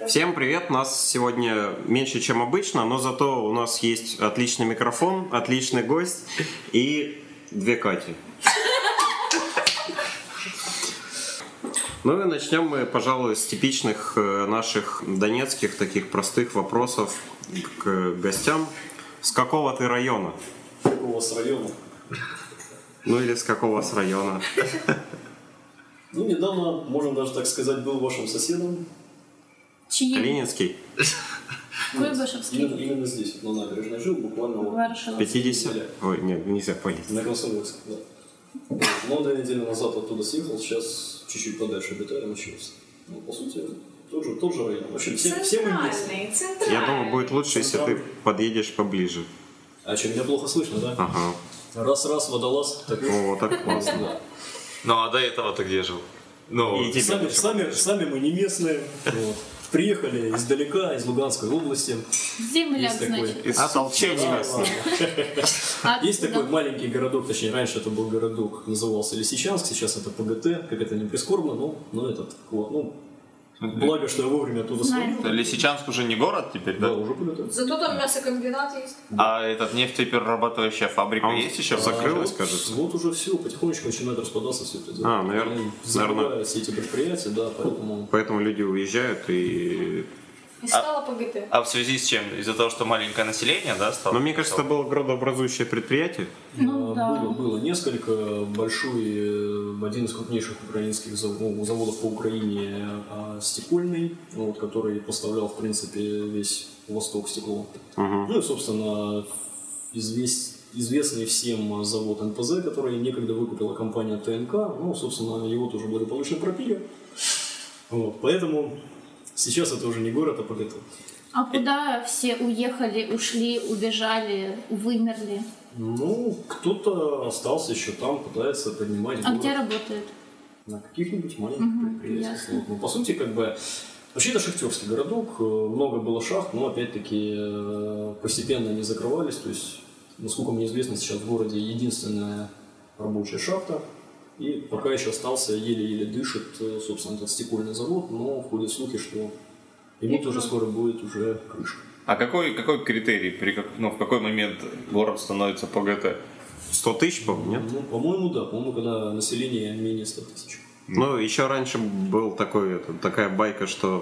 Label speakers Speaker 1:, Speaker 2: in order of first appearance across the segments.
Speaker 1: Всем привет! Нас сегодня меньше, чем обычно, но зато у нас есть отличный микрофон, отличный гость и две Кати. Ну и начнем мы, пожалуй, с типичных наших донецких таких простых вопросов к гостям. С какого ты района?
Speaker 2: С какого с района?
Speaker 1: Ну или с какого с района?
Speaker 2: Ну, недавно, можно даже так сказать, был вашим соседом.
Speaker 3: Чьи?
Speaker 1: Калининский?
Speaker 3: Куйбышевский.
Speaker 2: Именно здесь, вот на набережной жил, буквально вот.
Speaker 3: Ворошиловский.
Speaker 1: 50? Ой, нет, нельзя палить.
Speaker 2: На Комсомольск, да. Но 2 недели назад оттуда съехал, сейчас чуть-чуть подальше обитаем, учился. Ну, по сути, тот же район. В общем, все мы местные.
Speaker 3: Центральный.
Speaker 1: Я думаю, будет лучше, если ты подъедешь поближе.
Speaker 2: А что, меня плохо слышно, да?
Speaker 1: Ага.
Speaker 2: Раз, водолаз. Так...
Speaker 1: О, так классно.
Speaker 2: Да.
Speaker 4: Ну, а до этого ты где жил? Ну,
Speaker 1: И тебе
Speaker 2: Сами мы не местные. Вот. Приехали издалека, из Луганской области.
Speaker 3: Земляк,
Speaker 2: Есть такой.
Speaker 3: значит.
Speaker 1: Из Солчения.
Speaker 2: Есть такой маленький городок, точнее, раньше это был городок, назывался Лисичанск, сейчас это ПГТ, как это не прискорбно, но этот, вот, ну, благо, что я вовремя оттуда свалил.
Speaker 4: Лисичанск уже не город теперь,
Speaker 2: Да,
Speaker 4: да?
Speaker 2: уже ПГТ.
Speaker 5: Зато там мясокомбинат есть.
Speaker 4: А этот нефтеперерабатывающая фабрика
Speaker 1: А он
Speaker 4: есть еще?
Speaker 1: закрылась,
Speaker 2: Вот,
Speaker 1: кажется.
Speaker 2: вот уже все, потихонечку начинает распадаться все это.
Speaker 1: А, наверное.
Speaker 2: Закрывают все эти предприятия, да, поэтому...
Speaker 1: Поэтому люди уезжают и...
Speaker 5: И стало ПГТ.
Speaker 4: А в связи с чем? Из-за того, что маленькое население, да, стало?
Speaker 1: Но мне кажется, это было градообразующее предприятие.
Speaker 3: Ну, да.
Speaker 2: Было несколько. Один из крупнейших украинских заводов по Украине стекольный, вот, который поставлял, в принципе, весь Восток стекло. Ну и, собственно, известный всем завод НПЗ, который некогда выкупила компания ТНК, ну, собственно, его тоже благополучно пропили. Вот, поэтому сейчас это уже не город, а ПГТ.
Speaker 3: А куда все уехали, ушли, убежали, вымерли?
Speaker 2: Ну, кто-то остался еще там, пытается поднимать
Speaker 3: А
Speaker 2: город.
Speaker 3: где работают?
Speaker 2: На каких-нибудь маленьких предприятиях.
Speaker 3: ясно.
Speaker 2: Вот. Ну, по сути, как бы, вообще это шахтерский городок, много было шахт, но опять-таки постепенно они закрывались, то есть, насколько мне известно, сейчас в городе единственная рабочая шахта, и пока еще остался, еле-еле дышит, собственно, этот стекольный завод, но ходят слухи, что ему тоже скоро будет уже крышка.
Speaker 4: А какой критерий, в какой момент город становится ПГТ?
Speaker 1: 100 тысяч, по-моему, нет?
Speaker 2: Ну, по-моему, да, по-моему, когда население менее 100 тысяч.
Speaker 1: Ну, еще раньше был такая байка, что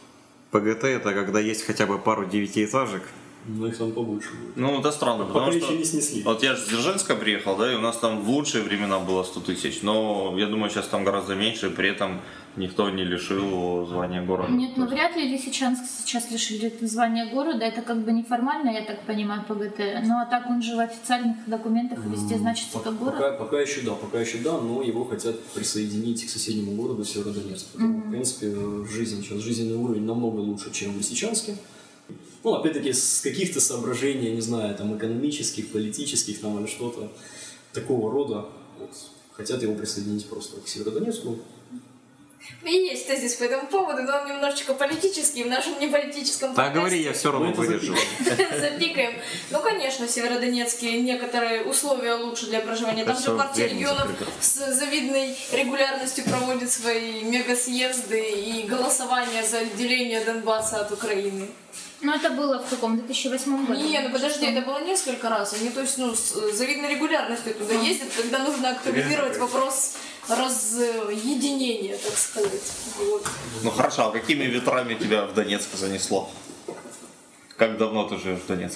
Speaker 1: ПГТ это когда есть хотя бы пару девятиэтажек.
Speaker 2: Но их там побольше будет.
Speaker 4: Ну, это странно,
Speaker 2: Пока
Speaker 4: потому
Speaker 2: еще
Speaker 4: что...
Speaker 2: не снесли.
Speaker 4: Вот я же с Дзержинска приехал, да, и у нас там в лучшие времена было 100 тысяч, но я думаю, сейчас там гораздо меньше, и при этом никто не лишил звания города.
Speaker 3: Нет, ну вряд ли Лисичанск сейчас лишили звания города. Это как бы неформально, я так понимаю, ПГТ. Ну а так он же в официальных документах везде значится как город.
Speaker 2: Пока еще да, но его хотят присоединить к соседнему городу Северодонецк. Потому, в принципе, жизненный уровень намного лучше, чем в Лисичанске. Ну, опять-таки, с каких-то соображений, я не знаю, там, экономических, политических, там, или что-то такого рода, вот, хотят его присоединить просто к Северодонецку.
Speaker 5: И есть тезис по этому поводу, но он немножечко политический, в нашем неполитическом
Speaker 1: Да,
Speaker 5: подкасте.
Speaker 1: говори, я все равно вырежу.
Speaker 5: Запикаем. Ну, конечно, в Северодонецке некоторые условия лучше для проживания. Там
Speaker 1: Да
Speaker 5: же
Speaker 1: всё,
Speaker 5: партия
Speaker 1: дверь не
Speaker 5: регионов
Speaker 1: закрыта.
Speaker 5: с завидной регулярностью проводит свои мегасъезды и голосование за отделение Донбасса от Украины.
Speaker 3: Ну это было в каком? 2008 году?
Speaker 5: Не, ну подожди, это было несколько раз. Они, то есть, с завидной регулярностью туда ездят, когда нужно актуализировать вопрос разъединения, так сказать. Вот.
Speaker 4: Ну хорошо, а какими ветрами тебя в Донецк занесло? Как давно ты живешь в Донецке?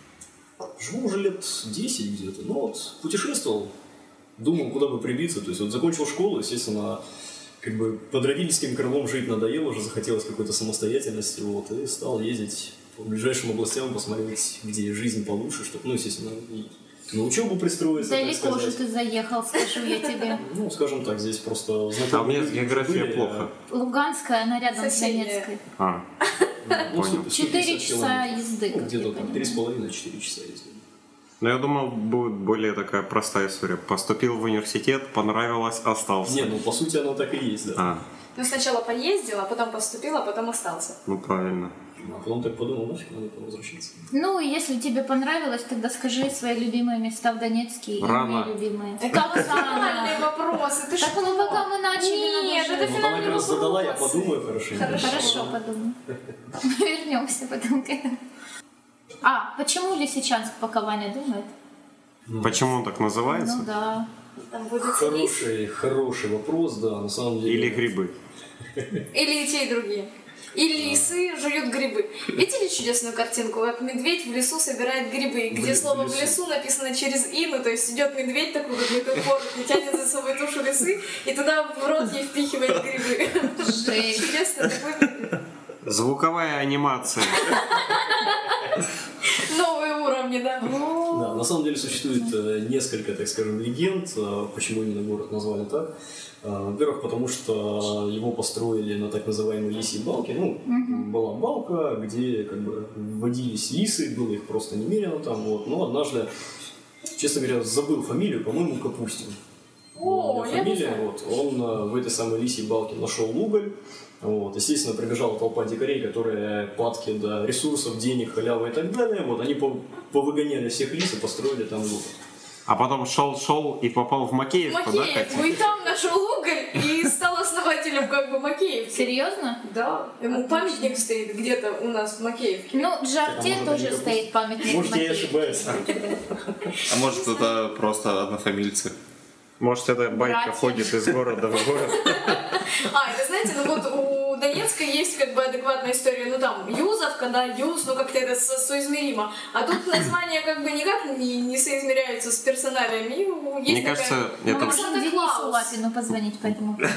Speaker 2: Живу уже лет 10 где-то, ну вот, путешествовал, думал, куда бы прибиться, то есть, вот, закончил школу, естественно, как бы под родительским крылом жить надоело, уже захотелось какой-то самостоятельности, вот, и стал ездить по ближайшим областям, посмотреть, где жизнь получше, чтобы, ну, естественно, и на учебу пристроиться, так
Speaker 3: Далеко же
Speaker 2: сказать.
Speaker 3: ты заехал, скажу я тебе.
Speaker 2: Ну, скажем так, здесь просто
Speaker 1: А у
Speaker 2: знакомые
Speaker 1: меня с
Speaker 2: люди
Speaker 1: географией
Speaker 2: были,
Speaker 1: плохо.
Speaker 3: Луганская, она рядом с
Speaker 5: Соседняя.
Speaker 3: Донецкой.
Speaker 1: А,
Speaker 2: ну,
Speaker 1: понял.
Speaker 2: 150
Speaker 3: 4 часа
Speaker 2: километров.
Speaker 3: езды.
Speaker 2: Ну,
Speaker 3: как
Speaker 2: где-то
Speaker 3: я
Speaker 2: там
Speaker 3: понимаю.
Speaker 2: 3,5-4 часа ездили.
Speaker 1: Но я думал, будет более такая простая история. Поступил в университет, понравилось, остался.
Speaker 2: Не, ну, по сути, оно так и есть, да.
Speaker 1: А,
Speaker 5: Ну, сначала поездил, а потом поступил, а потом остался.
Speaker 1: ну правильно.
Speaker 2: А потом так подумал, нафиг надо там возвращаться.
Speaker 3: Ну, и если тебе понравилось, тогда скажи свои любимые места в Донецке и
Speaker 1: Рано.
Speaker 3: мои любимые.
Speaker 5: Это финальные вопросы. Ты
Speaker 3: Так,
Speaker 5: что?
Speaker 3: ну, пока мы начали,
Speaker 5: Нет,
Speaker 3: надо
Speaker 5: это
Speaker 3: же-
Speaker 2: Ну, она
Speaker 5: финальные
Speaker 2: как раз задала, я
Speaker 5: вопросы.
Speaker 2: подумаю хорошенько.
Speaker 3: Хорошо, подумай. Вернемся потом к этому. Почему Лисичанск пока Ваня думает?
Speaker 1: Почему он так называется?
Speaker 3: Ну да.
Speaker 5: Там будет лис.
Speaker 2: Хороший вопрос, да, на самом деле.
Speaker 1: Или грибы?
Speaker 5: Или и те, и другие. И лисы жуют грибы. Видели чудесную картинку? Как медведь в лесу собирает грибы, где слово в лесу написано через «и», ну то есть идет медведь такой, как метафор, и тянет за собой тушу лисы, и туда в рот ей впихивает грибы.
Speaker 3: Жесть.
Speaker 5: Чудесно, такой медведь.
Speaker 1: Звуковая анимация.
Speaker 5: Новые уровни, да.
Speaker 2: Да, на самом деле существует несколько, так скажем, легенд, почему именно город назвали так. Во-первых, потому что его построили на так называемой лисьей балке. Ну, была балка, где как бы водились лисы, было их просто немерено там. Вот. Но однажды, честно говоря, забыл фамилию, по-моему, Капустин.
Speaker 5: О, я не
Speaker 2: фамилия,
Speaker 5: знаю.
Speaker 2: вот, он в этой самой лисьей балке нашел уголь. Вот, естественно, прибежала толпа дикарей, которые падки до ресурсов, денег, халявы и так далее. Вот, они повыгоняли всех лис и построили там луг.
Speaker 1: А потом шел и попал в Макеевку, да,
Speaker 5: Макеев,
Speaker 1: Катя?
Speaker 5: и там нашел уголь и стал основателем как бы Макеевки.
Speaker 3: Серьезно?
Speaker 5: Да, ему памятник стоит где-то у нас в Макеевке.
Speaker 3: Ну, Джарте
Speaker 2: может,
Speaker 3: тоже
Speaker 2: они
Speaker 3: стоит памятник.
Speaker 2: Может, я и
Speaker 3: Макеевке.
Speaker 2: ошибаюсь.
Speaker 4: А может, это просто однофамильцы?
Speaker 1: Может, эта байка
Speaker 3: Братья.
Speaker 1: ходит из города в город?
Speaker 5: Это знаете, ну вот у Донецка есть как бы адекватная история, ну там Юзовка, да, Юз, ну как-то это соизмеримо. А тут названия как бы никак не соизмеряются с персоналиями. И есть
Speaker 1: Мне
Speaker 5: такая-
Speaker 1: кажется,
Speaker 3: Мы
Speaker 1: это...
Speaker 3: можем
Speaker 5: Санта
Speaker 3: Денису
Speaker 5: Клаус.
Speaker 3: Лапину позвонить по этому поводу.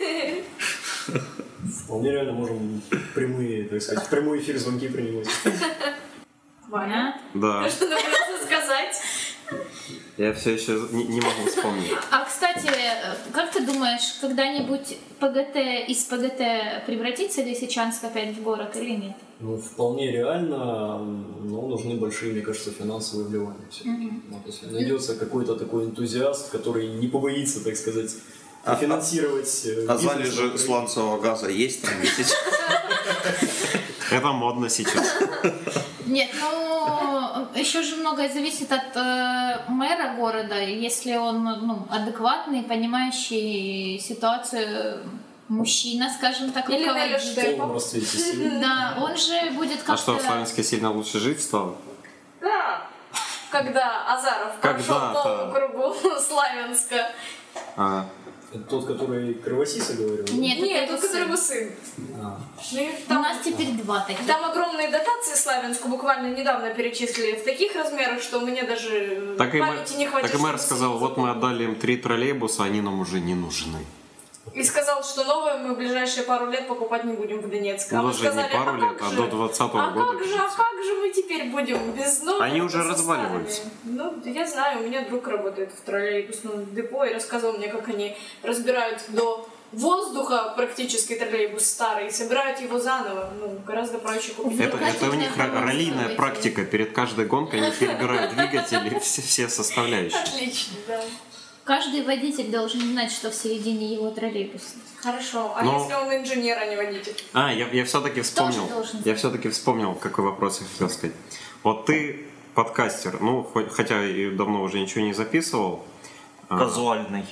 Speaker 2: Вполне реально можем прямые, так сказать, в прямой эфир звонки принимать.
Speaker 5: Ваня,
Speaker 1: Да,
Speaker 5: что надо было сказать?
Speaker 1: я все еще не могу вспомнить.
Speaker 3: А, кстати, как ты думаешь, когда-нибудь ПГТ из ПГТ превратится Лисичанск опять в город или нет?
Speaker 2: Ну, вполне реально, но нужны большие, мне кажется, финансовые вливания все-таки. Вот, если найдется какой-то такой энтузиаст, который не побоится, так сказать, финансировать
Speaker 4: А звали
Speaker 2: бизнес
Speaker 4: же
Speaker 2: на Украине.
Speaker 4: сланцевого газа есть там есть?
Speaker 1: Это модно сейчас.
Speaker 3: Нет, ну еще же многое зависит от мэра города. Если он адекватный, понимающий ситуацию мужчина, скажем так,
Speaker 5: Или
Speaker 3: руководитель.
Speaker 5: Неля
Speaker 2: В
Speaker 5: Штепа.
Speaker 2: полном расцвете сил.
Speaker 3: Да, он же будет
Speaker 1: А
Speaker 3: как-то...
Speaker 1: что, в Славянске сильно лучше жить стало?
Speaker 5: Да. Когда Азаров прошел
Speaker 1: Когда-то.
Speaker 5: по округу Славянска.
Speaker 1: А,
Speaker 2: Это тот, который Кровосиса говорил? да?
Speaker 3: Нет,
Speaker 5: Нет,
Speaker 3: это
Speaker 5: тот, который
Speaker 3: сын.
Speaker 5: его сын.
Speaker 2: А.
Speaker 5: Ну, и
Speaker 3: У
Speaker 5: там-
Speaker 3: нас теперь два таких.
Speaker 5: Там огромные дотации Славянску буквально недавно перечислили в таких размерах, что мне даже
Speaker 1: так, и
Speaker 5: памяти не хватит.
Speaker 1: мэр
Speaker 5: чтобы
Speaker 1: сказал,
Speaker 5: судить.
Speaker 1: вот мы отдали им 3 троллейбуса, они нам уже не нужны.
Speaker 5: И сказал, что новое мы в ближайшие пару лет покупать не будем в Донецк. А
Speaker 1: Ну,
Speaker 5: мы
Speaker 1: даже не
Speaker 5: сказали,
Speaker 1: пару лет,
Speaker 5: как
Speaker 1: а
Speaker 5: же?
Speaker 1: до 2020
Speaker 5: А
Speaker 1: года.
Speaker 5: как же мы теперь будем без новых?
Speaker 1: Они уже
Speaker 5: со
Speaker 1: разваливаются.
Speaker 5: старыми? Ну, я знаю, у меня друг работает в троллейбусном депо и рассказывал мне, как они разбирают до воздуха практически троллейбус старый и собирают его заново. Ну, гораздо проще купить.
Speaker 1: Это у них раллийная практика. Перед каждой гонкой они перебирают двигатели, все составляющие.
Speaker 5: Отлично, да.
Speaker 3: Каждый водитель должен знать, что в середине его троллейбуса.
Speaker 5: Хорошо. А
Speaker 1: Но-
Speaker 5: если он инженер, а не водитель?
Speaker 1: Я все-таки вспомнил.
Speaker 3: должен
Speaker 1: Я
Speaker 3: знать.
Speaker 1: все-таки вспомнил, какой вопрос я хотел сказать. Вот ты подкастер, ну, хотя и давно уже ничего не записывал.
Speaker 4: Казуальный.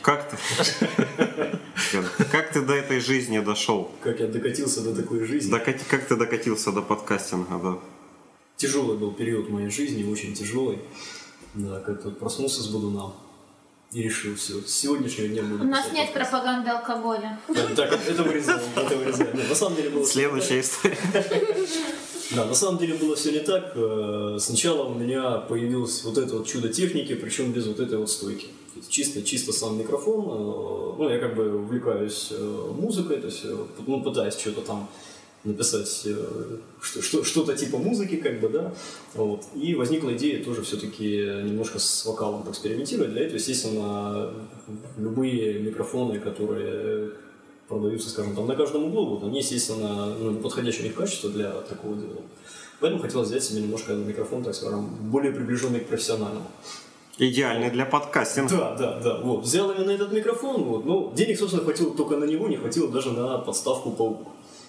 Speaker 1: Как ты до этой жизни дошел?
Speaker 2: Как я докатился до такой жизни.
Speaker 1: Как ты докатился до подкастинга? Да?
Speaker 2: Тяжелый был период моей жизни, очень тяжелый. Да, как-то проснулся с Бодуна и решил, все, с сегодняшнего дня буду
Speaker 3: У нас
Speaker 2: писать
Speaker 3: нет
Speaker 2: подкаст.
Speaker 3: пропаганды алкоголя.
Speaker 2: Так, это вырезаем, это вырезаем. Нет, на самом деле было...
Speaker 1: Следующая история.
Speaker 2: Да, на самом деле было все не так. Сначала у меня появилось вот это вот чудо техники, причем без вот этой вот стойки. То есть чисто сам микрофон. Ну, я как бы увлекаюсь музыкой, то есть ну, пытаюсь что-то там написать, что-то типа музыки, как бы, да. Вот. И возникла идея тоже все-таки немножко с вокалом поэкспериментировать. Для этого, естественно, любые микрофоны, которые продаются, скажем, там на каждом углу, вот, они, естественно, не подходящего у них качества для такого дела. Поэтому хотелось взять себе немножко микрофон, так скажем, более приближенный к профессиональному.
Speaker 1: Идеальный для подкастинга.
Speaker 2: Да, вот. Взял именно этот микрофон, вот, ну, денег, собственно, хватило только на него, не хватило даже на подставку по уху.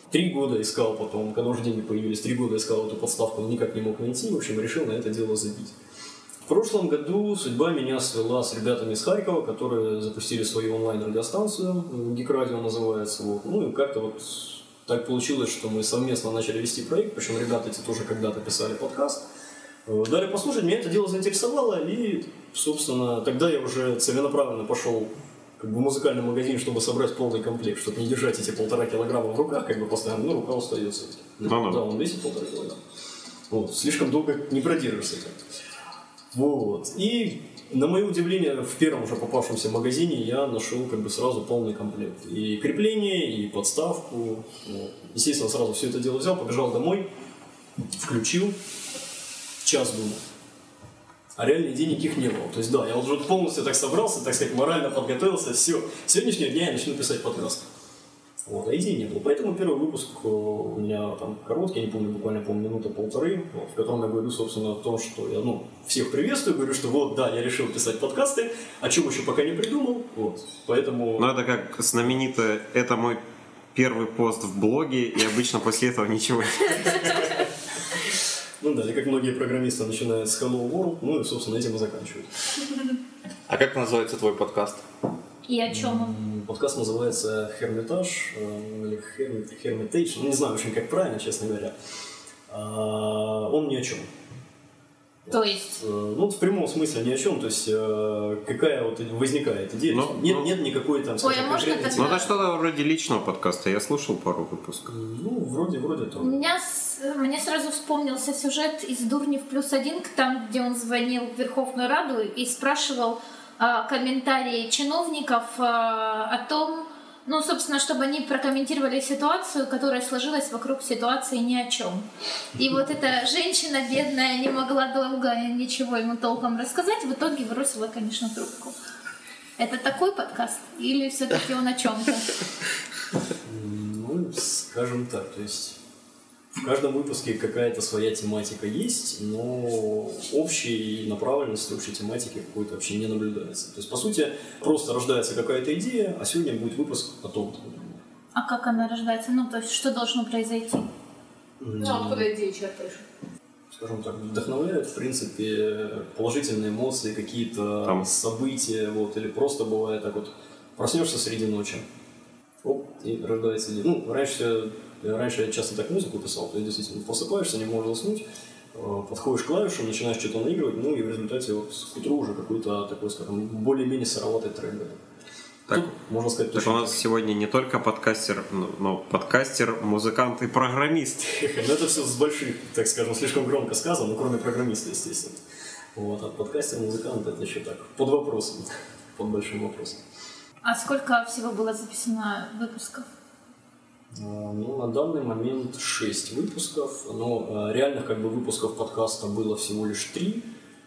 Speaker 2: 3 года искал потом, когда уже деньги появились, 3 года искал эту подставку, но никак не мог найти, в общем, решил на это дело забить. В прошлом году судьба меня свела с ребятами из Харькова, которые запустили свою онлайн-радиостанцию, Гик-радио называется, вот. Ну и как-то вот так получилось, что мы совместно начали вести проект, причем ребята эти тоже когда-то писали подкаст. Дали послушать, меня это дело заинтересовало, и, собственно, тогда я уже целенаправленно пошел как бы в музыкальный магазин, чтобы собрать полный комплект, чтобы не держать эти 1,5 килограмма в руках, как бы постоянно, ну, рука устается. Да, он весит 1,5 килограмма. Вот, слишком долго не продержишься этим. Вот. И, на мое удивление, в первом же попавшемся магазине я нашел как бы сразу полный комплект. И крепление, и подставку. Вот. Естественно, сразу все это дело взял, побежал домой, включил, час думал. А реально идей никаких не было. То есть да, я уже полностью так собрался, так сказать, морально подготовился, все. С сегодняшнего дня я начну писать подкаст. Вот, а идей не было. Поэтому первый выпуск у меня там короткий, я не помню, буквально минуты-полторы, вот, в котором я говорю, собственно, о том, что я всех приветствую, говорю, что вот, да, я решил писать подкасты, о чем еще пока не придумал. Вот, поэтому...
Speaker 1: Ну это как знаменитое, это мой первый пост в блоге, и обычно после этого ничего нет.
Speaker 2: Ну да, и как многие программисты начинают с Hello World, ну и, собственно, этим и заканчивают.
Speaker 4: А как называется твой подкаст?
Speaker 3: И о чем он?
Speaker 2: Подкаст называется Hermitage, или Hermitage, ну не знаю очень как правильно, честно говоря. Он ни о чем.
Speaker 3: То есть?
Speaker 2: Ну, в прямом смысле ни о чем, то есть какая вот возникает идея, нет никакой там, скажем, конкретной темы.
Speaker 1: Ну это что-то вроде личного подкаста, я слушал пару выпусков.
Speaker 2: Ну, вроде того.
Speaker 3: Мне сразу вспомнился сюжет из «Дурнев +1», там, где он звонил в Верховную Раду и спрашивал комментарии чиновников о том, ну, собственно, чтобы они прокомментировали ситуацию, которая сложилась вокруг ситуации ни о чем. И вот эта женщина бедная не могла долго ничего ему толком рассказать, в итоге бросила, конечно, трубку. Это такой подкаст? Или все-таки он о чем-то?
Speaker 2: Ну, скажем так, то есть в каждом выпуске какая-то своя тематика есть, но общей направленности, общей тематики какой-то вообще не наблюдается. То есть, по сути, просто рождается какая-то идея, а сегодня будет выпуск о том.
Speaker 3: А как она рождается? Ну, то есть, что должно произойти?
Speaker 5: Ну, откуда идеи черпаешь?
Speaker 2: Скажем так, вдохновляют, в принципе, положительные эмоции, какие-то там события, вот, или просто бывает так вот, проснешься среди ночи, оп, и рождается идея. Ну, раньше я часто так музыку писал, ты действительно просыпаешься, не можешь заснуть, подходишь к клавишам, начинаешь что-то наигрывать, ну и в результате вот к утру уже какой-то такой, скажем, более-менее сыроватый трек.
Speaker 1: Так,
Speaker 2: тут, можно сказать,
Speaker 1: так у нас сегодня не только подкастер, но подкастер, музыкант и программист.
Speaker 2: Ну это все с больших, так скажем, слишком громко сказано, кроме программиста, естественно. Вот, а подкастер, музыкант это еще так, под вопросом, под большим вопросом.
Speaker 3: А сколько всего было записано выпусков?
Speaker 2: Ну, на данный момент 6 выпусков, но реальных как бы выпусков подкаста было всего лишь 3.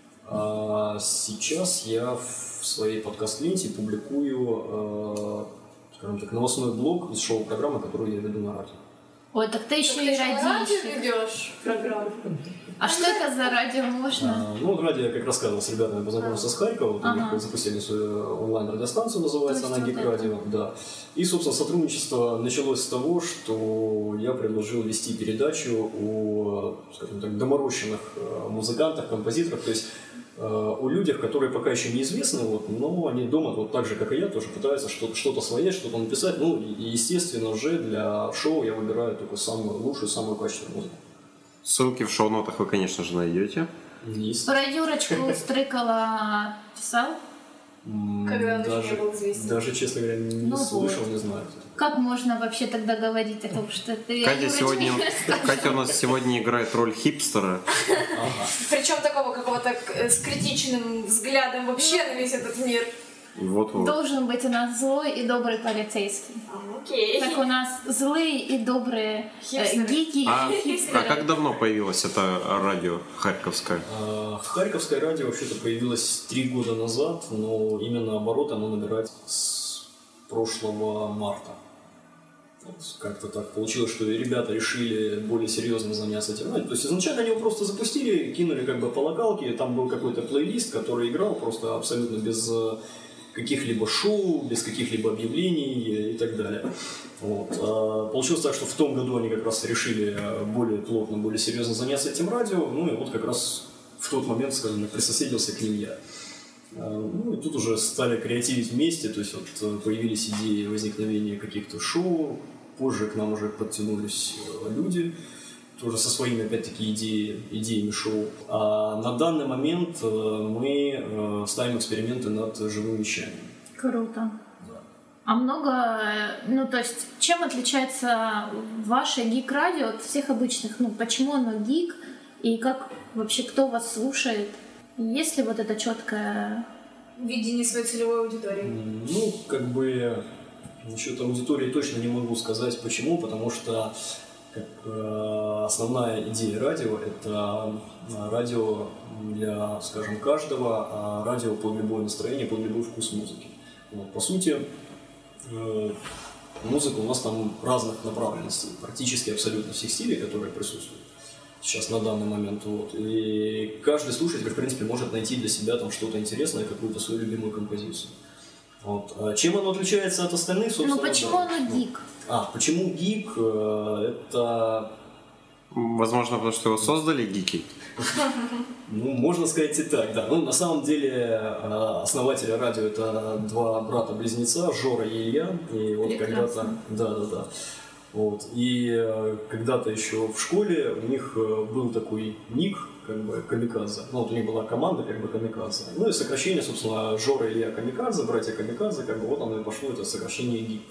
Speaker 2: А сейчас я в своей подкаст-ленте публикую, скажем так, новостной блог из шоу-программы, которую я веду на радио.
Speaker 3: Ой, так ты еще и радийщик.
Speaker 5: Ты ведешь программу.
Speaker 3: А что это за радио можно?
Speaker 2: Ну, радио, я как рассказывал, с ребятами познакомился с Харькова, вот они запустили свою онлайн-радиостанцию, называется она Гик-радио, да. И, собственно, сотрудничество началось с того, что я предложил вести передачу о, скажем так, доморощенных музыкантах, композиторах, то есть о людях, которые пока еще неизвестны, вот, но они думают, вот так же, как и я, тоже пытаются что-то свое, что-то написать. Ну, и, естественно же, для шоу я выбираю только самую лучшую, самую качественную музыку.
Speaker 1: Ссылки в шоу-нотах вы, конечно же, найдете.
Speaker 2: Есть.
Speaker 3: Про Юрочку Стрыкала писал?
Speaker 5: Когда он еще не был известен.
Speaker 2: Даже, честно говоря, не слышал, не знаю.
Speaker 3: Как можно вообще тогда говорить о том, что ты...
Speaker 1: Катя у нас сегодня играет роль хипстера.
Speaker 5: Причем такого какого-то с критичным взглядом вообще на весь этот мир.
Speaker 1: Вот-вот.
Speaker 3: Должен быть у нас злой и добрый полицейский.
Speaker 5: Окей.
Speaker 3: Так у нас злые и добрые гики и хипстеры.
Speaker 1: А как давно появилось это радио харьковское?
Speaker 2: Харьковское радио вообще-то появилось 3 года назад, но именно оборот оно набирает с прошлого марта. Вот как-то так получилось, что ребята решили более серьезно заняться этим. То есть изначально они его просто запустили, кинули как бы по локалке, там был какой-то плейлист, который играл просто абсолютно без каких-либо шоу, без каких-либо объявлений и так далее. Вот. Получилось так, что в том году они как раз решили более плотно, более серьезно заняться этим радио, ну и вот как раз в тот момент, скажем так, присоседился к ним я. Ну и тут уже стали креативить вместе, то есть вот появились идеи возникновения каких-то шоу, позже к нам уже подтянулись люди, тоже со своими, опять-таки, идеями шоу. А на данный момент мы ставим эксперименты над живым вещанием.
Speaker 3: Круто. А много, ну то есть, чем отличается ваше гик-радио от всех обычных? Ну, почему оно гик? И как вообще, кто вас слушает? Есть ли вот это четкое
Speaker 5: видение своей целевой аудитории?
Speaker 2: Ну, как бы, насчет аудитории точно не могу сказать почему, потому что основная идея радио — это радио для, скажем, каждого, радио под любое настроение, под любой вкус музыки. Вот, по сути, музыка у нас там разных направленностей, практически абсолютно всех стилей, которые присутствуют сейчас на данный момент. Вот. И каждый слушатель, в принципе, может найти для себя там что-то интересное, какую-то свою любимую композицию. Вот. А чем оно отличается от остальных, собственно?
Speaker 3: Ну почему оно гик?
Speaker 2: Почему гик? Это...
Speaker 1: Возможно, потому что его создали гики.
Speaker 2: Ну, можно сказать и так, да. Ну, на самом деле, основатели радио — это два брата-близнеца, Жора и Илья. И вот когда-то... Да. Вот. И когда-то еще в школе у них был такой ник, как бы Камикадзе. Ну, вот у них была команда, как бы Камикадзе. Ну и сокращение, собственно, Жора и Илья Камикадзе, братья Камикадзе, как бы вот оно и пошло, это сокращение гик.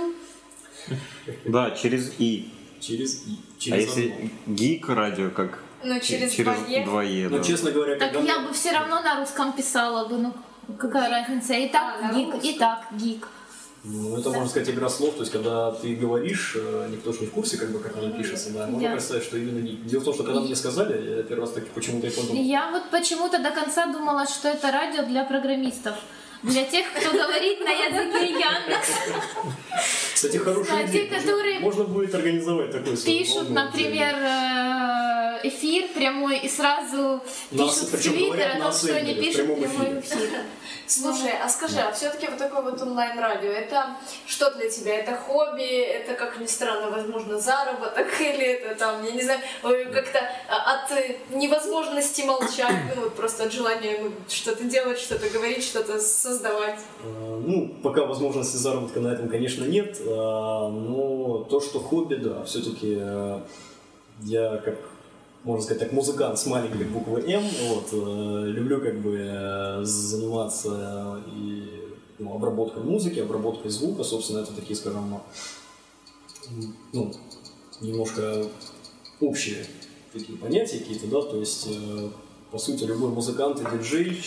Speaker 1: Да, через И.
Speaker 2: Через И.
Speaker 1: А если гик радио, как?
Speaker 5: Ну, через
Speaker 1: 2Е.
Speaker 2: Ну, честно говоря,
Speaker 3: так я бы все равно на русском писала бы, ну какая разница? И так гик, и так гик.
Speaker 2: Ну, это, можно сказать, игра слов, то есть, когда ты говоришь, никто же не в курсе, как бы, как оно пишется, да, можно представить, что именно гик. Дело в том, что когда мне сказали, я первый раз таки почему-то и подумал.
Speaker 3: Я вот почему-то до конца думала, что это радио для программистов. Для тех, кто говорит на языке Яндекс.
Speaker 2: Кстати, хорошая идея.
Speaker 3: Те, которые
Speaker 2: можно будет организовать такой
Speaker 3: пишут, например, эфир прямой и сразу пишут в Твиттер о том, что они пишут прямой эфир.
Speaker 5: Слушай, а скажи, а все-таки вот такое вот онлайн-радио, это что для тебя? Это хобби, это, как ни странно, возможно, заработок, или это там, я не знаю, как-то от невозможности молчать, ну вот просто от желания что-то делать, что-то говорить, что-то создавать?
Speaker 2: Ну, пока возможности заработка на этом, конечно, нет, но то, что хобби, да, все-таки я как... можно сказать так, музыкант с маленькой буквы М, вот, люблю как бы заниматься и обработкой музыки, обработкой звука, собственно, это такие, скажем, ну, немножко общие такие понятия какие-то, да, то есть, по сути, любой музыкант и диджей,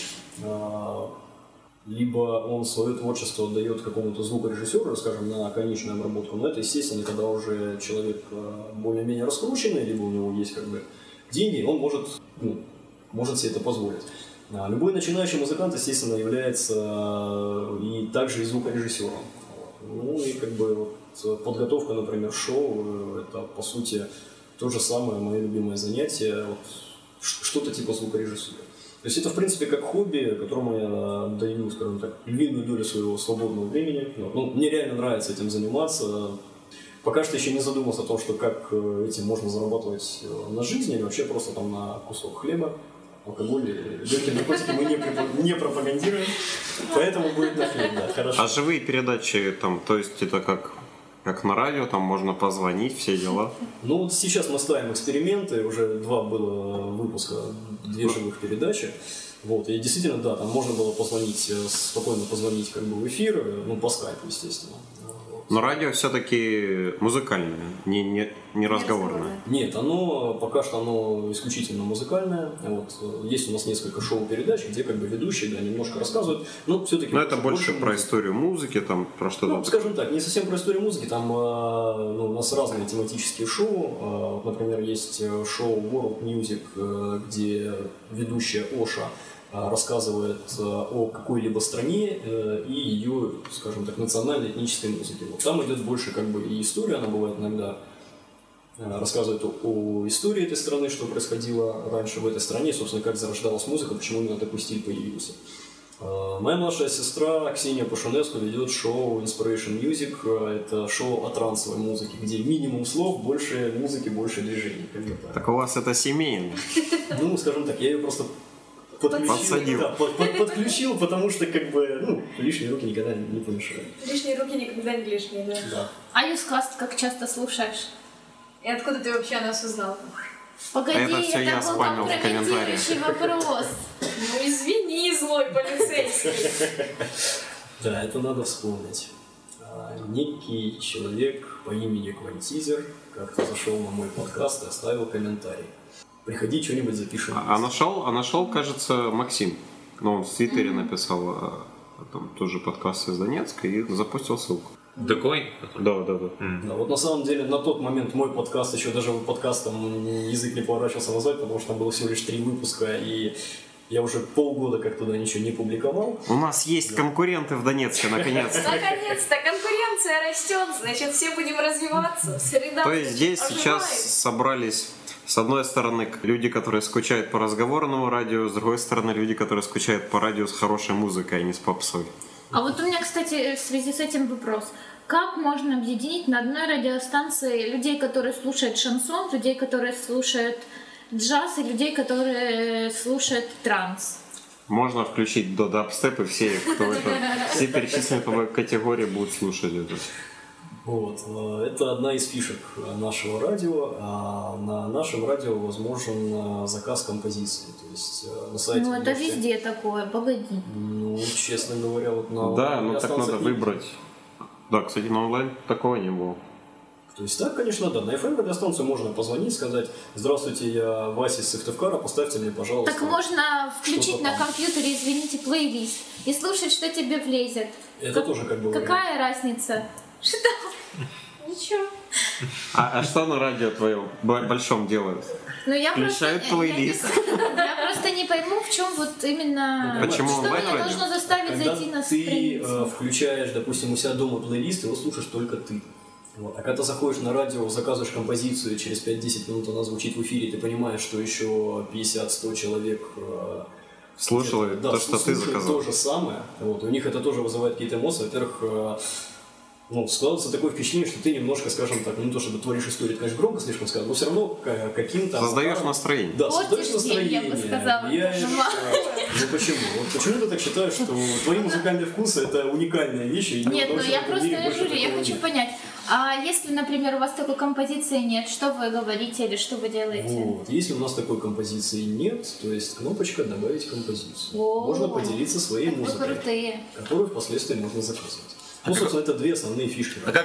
Speaker 2: либо он свое творчество отдает какому-то звукорежиссеру, скажем, на конечную обработку, но это, естественно, когда уже человек более-менее раскрученный, либо у него есть как бы деньги, он может себе это позволить. Любой начинающий музыкант, естественно, является и также и звукорежиссером. Ну и как бы вот подготовка, например, шоу, это по сути то же самое мое любимое занятие, вот, что-то типа звукорежиссуры. То есть это, в принципе, как хобби, которому я даю, скажем так, львиную долю своего свободного времени. Ну, мне реально нравится этим заниматься. Пока что еще не задумался о том, что как этим можно зарабатывать на жизнь или вообще просто там на кусок хлеба. Алкоголь и легкие наркотики мы не пропагандируем, поэтому будет на хлеб, да, хорошо.
Speaker 1: А живые передачи там, то есть это как на радио, там можно позвонить, все дела?
Speaker 2: Ну вот сейчас мы ставим эксперименты, уже 2 было выпуска, 2 живых передачи. Вот, и действительно, да, там можно было позвонить, спокойно позвонить как бы в эфир, ну по скайпу, естественно.
Speaker 1: Но радио все-таки музыкальное, не разговорное.
Speaker 2: Нет, оно пока что оно исключительно музыкальное. Вот, есть у нас несколько шоу-передач, где как бы ведущие, да, немножко рассказывают, но все-таки.
Speaker 1: Но это больше про историю музыки, там про что-то.
Speaker 2: Ну, скажем так, не совсем про историю музыки, там у нас разные тематические шоу. Вот, например, есть шоу World Music, где ведущая Оша рассказывает о какой-либо стране и ее, скажем так, национальной этнической музыке. Вот там идет больше как бы и история, она бывает иногда рассказывает о истории этой страны, что происходило раньше в этой стране, собственно, как зарождалась музыка, почему именно такой стиль появился. Моя младшая сестра Ксения Пашунеску ведет шоу Inspiration Music. Это шоу о трансовой музыке, где минимум слов, больше музыки, больше движений.
Speaker 1: Так у вас это семейно.
Speaker 2: Ну, скажем так, я ее просто подключил, да, подключил, потому что лишние руки никогда не помешают.
Speaker 5: Лишние руки никогда не лишние, да.
Speaker 2: Да.
Speaker 3: А Юскаст как часто слушаешь?
Speaker 5: И откуда ты вообще о нас узнал?
Speaker 3: Погоди,
Speaker 1: Это всё я
Speaker 3: был
Speaker 1: спамил в комментариях.
Speaker 3: компрометирующий вопрос.
Speaker 5: Ну извини, злой полицейский.
Speaker 2: Да, это надо вспомнить. Некий человек по имени Квантизер как-то зашел на мой подкаст и оставил комментарий. Приходи, что-нибудь запишем.
Speaker 1: А нашел, кажется, Максим. Но он в Твиттере написал там тоже подкаст из Донецка и запустил ссылку.
Speaker 4: Такой?
Speaker 1: Да.
Speaker 2: Да, вот на самом деле на тот момент мой подкаст еще даже подкастом язык не поворачивался назвать, потому что там было всего лишь 3 выпуска, и я уже полгода как туда ничего не публиковал.
Speaker 1: У нас есть конкуренты в Донецке, наконец-то.
Speaker 5: Наконец-то конкуренция растет, значит все будем развиваться. Среда
Speaker 1: То есть здесь
Speaker 5: оживает.
Speaker 1: сейчас собрались, с одной стороны, люди, которые скучают по разговорному радио, с другой стороны, люди, которые скучают по радио с хорошей музыкой, а не с попсой.
Speaker 3: А вот у меня, кстати, в связи с этим вопрос. Как можно объединить на одной радиостанции людей, которые слушают шансон, людей, которые слушают джаз, и людей, которые слушают транс?
Speaker 1: Можно включить до дабстеп, и все перечисленные по категории будут слушать это.
Speaker 2: Вот. Это одна из фишек нашего радио. А на нашем радио возможен заказ композиции. То есть на сайте...
Speaker 3: Ну, это везде такое, погоди.
Speaker 2: Ну, честно говоря, вот на...
Speaker 1: Да, ну так надо выбрать. Да, кстати, на онлайн такого не было.
Speaker 2: То есть так, конечно, да. На FM-радиостанцию можно позвонить, сказать: здравствуйте, я Вася из Сыктывкара, поставьте мне, пожалуйста.
Speaker 3: Так можно включить на компьютере, извините, плейлист и слушать, что тебе влезет.
Speaker 2: Это тоже как бы
Speaker 3: Какая разница? Что?
Speaker 5: Ничего.
Speaker 1: А что на радио твоем большом делают?
Speaker 3: Ну, я
Speaker 1: Включают
Speaker 3: просто,
Speaker 1: плейлист.
Speaker 3: Я просто не пойму, в чем вот именно...
Speaker 1: Почему
Speaker 3: что
Speaker 1: онлайн
Speaker 3: меня
Speaker 1: радио?
Speaker 3: должно заставить
Speaker 2: Когда
Speaker 3: зайти на
Speaker 2: ты
Speaker 3: страницу?
Speaker 2: включаешь, допустим, у себя дома плейлист, его слушаешь только ты. Вот. А когда ты заходишь на радио, заказываешь композицию, и через 5-10 минут она звучит в эфире, ты понимаешь, что еще 50-100 человек
Speaker 1: Слушала
Speaker 2: да,
Speaker 1: то, что ты
Speaker 2: слушают
Speaker 1: заказал.
Speaker 2: то же самое. Вот. У них это тоже вызывает какие-то эмоции. Во-первых, складывается такое впечатление, что ты немножко, скажем так, не то чтобы творишь историю, конечно, громко слишком сказать, но все равно каким-то...
Speaker 1: Создаешь настроение.
Speaker 2: Да,
Speaker 3: Портишь
Speaker 2: создаешь
Speaker 3: день,
Speaker 2: настроение.
Speaker 3: я бы сказала.
Speaker 2: влияешь, ну почему? Вот почему ты так считаешь, что твои музыкальные вкусы это уникальная вещь? И
Speaker 3: Нет, ну я
Speaker 2: в
Speaker 3: просто
Speaker 2: мире больше
Speaker 3: жюри, я
Speaker 2: такого
Speaker 3: хочу
Speaker 2: нет.
Speaker 3: понять. А если, например, у вас такой композиции нет, что вы говорите или что вы делаете?
Speaker 2: Вот. Если у нас такой композиции нет, то есть кнопочка «Добавить композицию».
Speaker 3: О,
Speaker 2: Можно поделиться своей
Speaker 3: Вы
Speaker 2: музыкой,
Speaker 3: крутые.
Speaker 2: которую впоследствии можно заказывать. Ну, собственно, это 2 основные фишки.
Speaker 4: А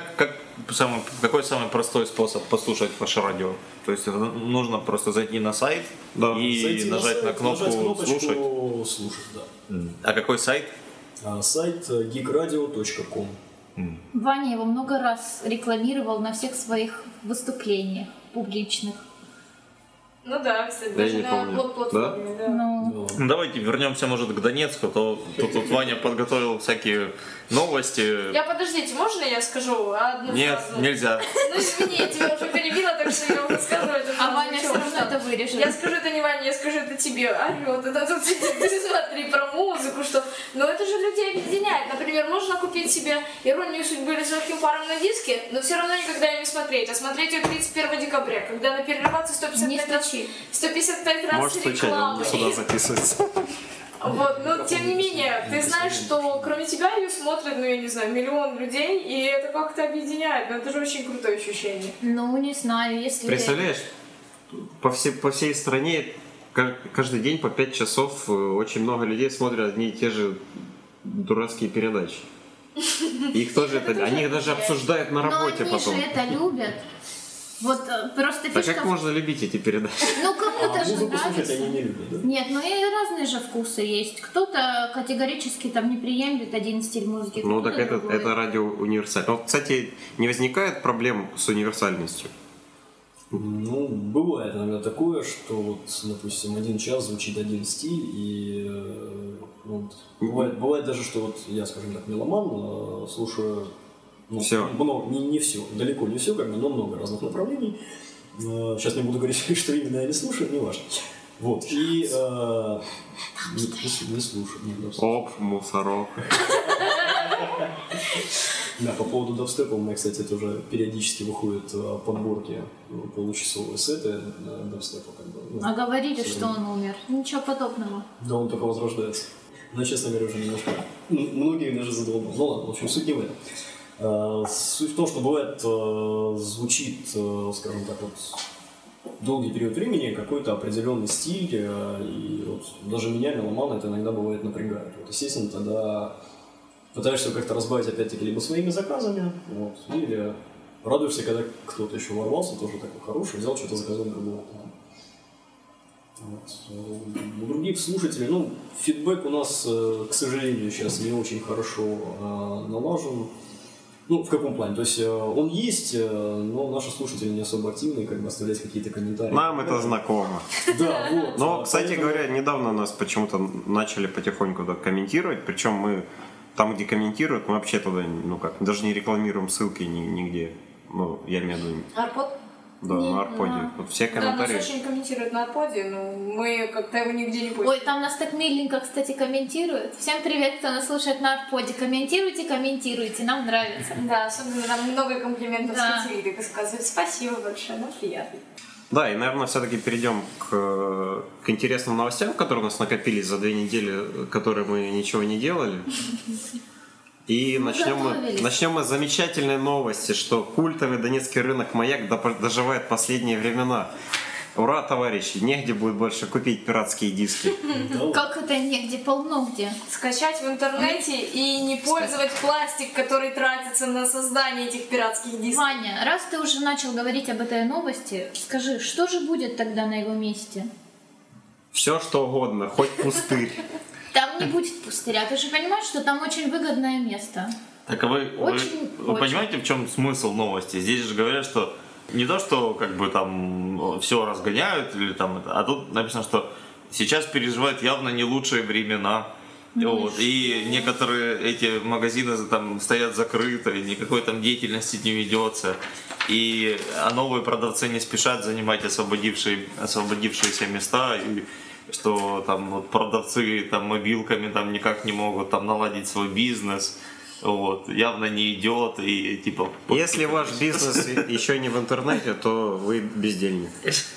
Speaker 4: какой самый простой способ послушать ваше радио? То есть это нужно просто зайти на сайт и
Speaker 2: Зайти
Speaker 4: нажать
Speaker 2: сайт,
Speaker 4: на кнопку
Speaker 2: нажать кнопочку
Speaker 4: «Слушать».
Speaker 2: «Слушать», да.
Speaker 4: А какой сайт?
Speaker 2: Сайт geekradio.com.
Speaker 3: Ваня его много раз рекламировал на всех своих выступлениях публичных.
Speaker 5: Ну да, кстати,
Speaker 1: Да, я
Speaker 5: даже
Speaker 1: не
Speaker 5: на
Speaker 1: помню.
Speaker 5: блог-платформе, да.
Speaker 3: Ну,
Speaker 4: Ну, давайте вернемся, может, к Донецку. То тут Ваня подготовил всякие новости.
Speaker 5: Подождите, можно я скажу одну
Speaker 4: Нет,
Speaker 5: фразу?
Speaker 4: нельзя.
Speaker 5: Ну извини, я тебя уже перебила, так что я уже скажу эту
Speaker 3: а
Speaker 5: фразу.
Speaker 3: Ваня все
Speaker 5: Чего
Speaker 3: равно
Speaker 5: уж там.
Speaker 3: это вырежет.
Speaker 5: Я скажу это не Ване, я скажу это тебе. Орёт, это тут ты смотри про музыку, что... Но это же людей объединяет. Например, можно купить себе «Иронию судьбы» или «С легким паром» на диске, но все равно никогда ее не смотреть. А смотреть ее 31 декабря, когда на перерываться
Speaker 3: Не
Speaker 5: 155 раз,
Speaker 3: стучи.
Speaker 5: 155 раз
Speaker 1: Может, случайно он
Speaker 5: рекламы.
Speaker 1: не сюда записывается.
Speaker 5: Вот, но тем не менее, ты знаешь, что кроме тебя ее смотрят, ну я не знаю, миллион людей, и это как-то объединяет. Но это же очень крутое ощущение.
Speaker 3: Ну, не знаю, если...
Speaker 1: Представляешь, по всей стране каждый день по 5 часов очень много людей смотрят одни и те же дурацкие передачи. Их тоже они их даже обсуждают на работе
Speaker 3: Но они
Speaker 1: потом.
Speaker 3: же это любят. Вот просто
Speaker 1: А
Speaker 3: фишка...
Speaker 1: как можно любить эти передачи?
Speaker 3: Ну, кому-то же
Speaker 2: Музыку слушать
Speaker 3: нравится.
Speaker 2: они не любят, да?
Speaker 3: Нет, ну и разные же вкусы есть. Кто-то категорически там не приемлет один стиль музыки.
Speaker 1: Ну
Speaker 3: кто-то
Speaker 1: так
Speaker 3: другой.
Speaker 1: это радио универсально. Вот, кстати, не возникает проблем с универсальностью?
Speaker 2: Ну, бывает иногда такое, что вот, допустим, 1 час звучит один стиль, и бывает даже, что вот я, скажем так, меломан, слушаю
Speaker 1: Всё.
Speaker 2: много, не все, далеко не все, но много разных направлений. Сейчас не буду говорить, что именно я не слушаю, не важно. Вот, и... Не слушай.
Speaker 1: Оп, мусорок.
Speaker 2: Да, по поводу дабстепа у меня, кстати, тоже периодически выходят подборки получасовые сеты дабстепа. Как бы,
Speaker 3: А говорили, что он умер. Ничего подобного.
Speaker 2: Да, он только возрождается. Но, честно говоря, уже немножко... Многие даже задолбал. Ну ладно, в общем, суть не в этом. Суть в том, что бывает, звучит, скажем так, вот долгий период времени какой-то определенный стиль, и вот даже меня, меломана, это иногда бывает напрягает. Вот, естественно, тогда пытаешься как-то разбавить, опять-таки, либо своими заказами, вот, или радуешься, когда кто-то еще ворвался, тоже такой хороший, взял что-то заказал другого. Вот. У других слушателей, ну, фидбэк у нас, к сожалению, сейчас не очень хорошо налажен. Ну, в каком плане? То есть он есть, но наши слушатели не особо активны, как бы оставлять какие-то комментарии.
Speaker 1: Нам это знакомо.
Speaker 2: Да, вот.
Speaker 1: Но, кстати говоря, недавно нас почему-то начали потихоньку комментировать, причем мы там, где комментируют, мы вообще туда, ну как, даже не рекламируем ссылки нигде. Ну, я имею в виду...
Speaker 5: Арпод?
Speaker 1: Да, на Арподе. Вот все комментарии...
Speaker 5: Да, нас очень комментируют на Арподе, но мы как-то его нигде не поняли.
Speaker 3: Ой, там нас так миленько, кстати, комментируют. Всем привет, кто нас слушает на Арподе. Комментируйте, нам нравится.
Speaker 5: Да, особенно нам много комплиментов
Speaker 3: Да.
Speaker 5: с Катериной высказывают. Спасибо большое, нам приятно.
Speaker 1: Да, и, наверное, все-таки перейдем к интересным новостям, которые у нас накопились за 2 недели, которые мы ничего не делали. И начнем мы с замечательной новости, что культовый донецкий рынок «Маяк» доживает последние времена. Ура, товарищи! Негде будет больше купить пиратские диски.
Speaker 3: Как это негде? Полно где.
Speaker 5: Скачать в интернете и не пользовать пластик, который тратится на создание этих пиратских дисков.
Speaker 3: Ваня, раз ты уже начал говорить об этой новости, скажи, что же будет тогда на его месте?
Speaker 1: Все, что угодно, хоть пустырь.
Speaker 3: Там не будет пустыря. Ты же понимаешь, что там очень выгодное место.
Speaker 4: Так а вы
Speaker 3: Очень.
Speaker 4: понимаете, в чем смысл новости? Здесь же говорят, что не то, что как бы там все разгоняют или там это, а тут написано, что сейчас переживают явно не лучшие времена. Вот, и некоторые эти магазины там стоят закрыты, никакой там деятельности не ведется. А новые продавцы не спешат занимать освободившиеся места. И что там вот продавцы там мобилками там никак не могут там наладить свой бизнес. Вот, явно не идет и типа...
Speaker 1: Если ваш бизнес еще не в интернете, то вы бездельник.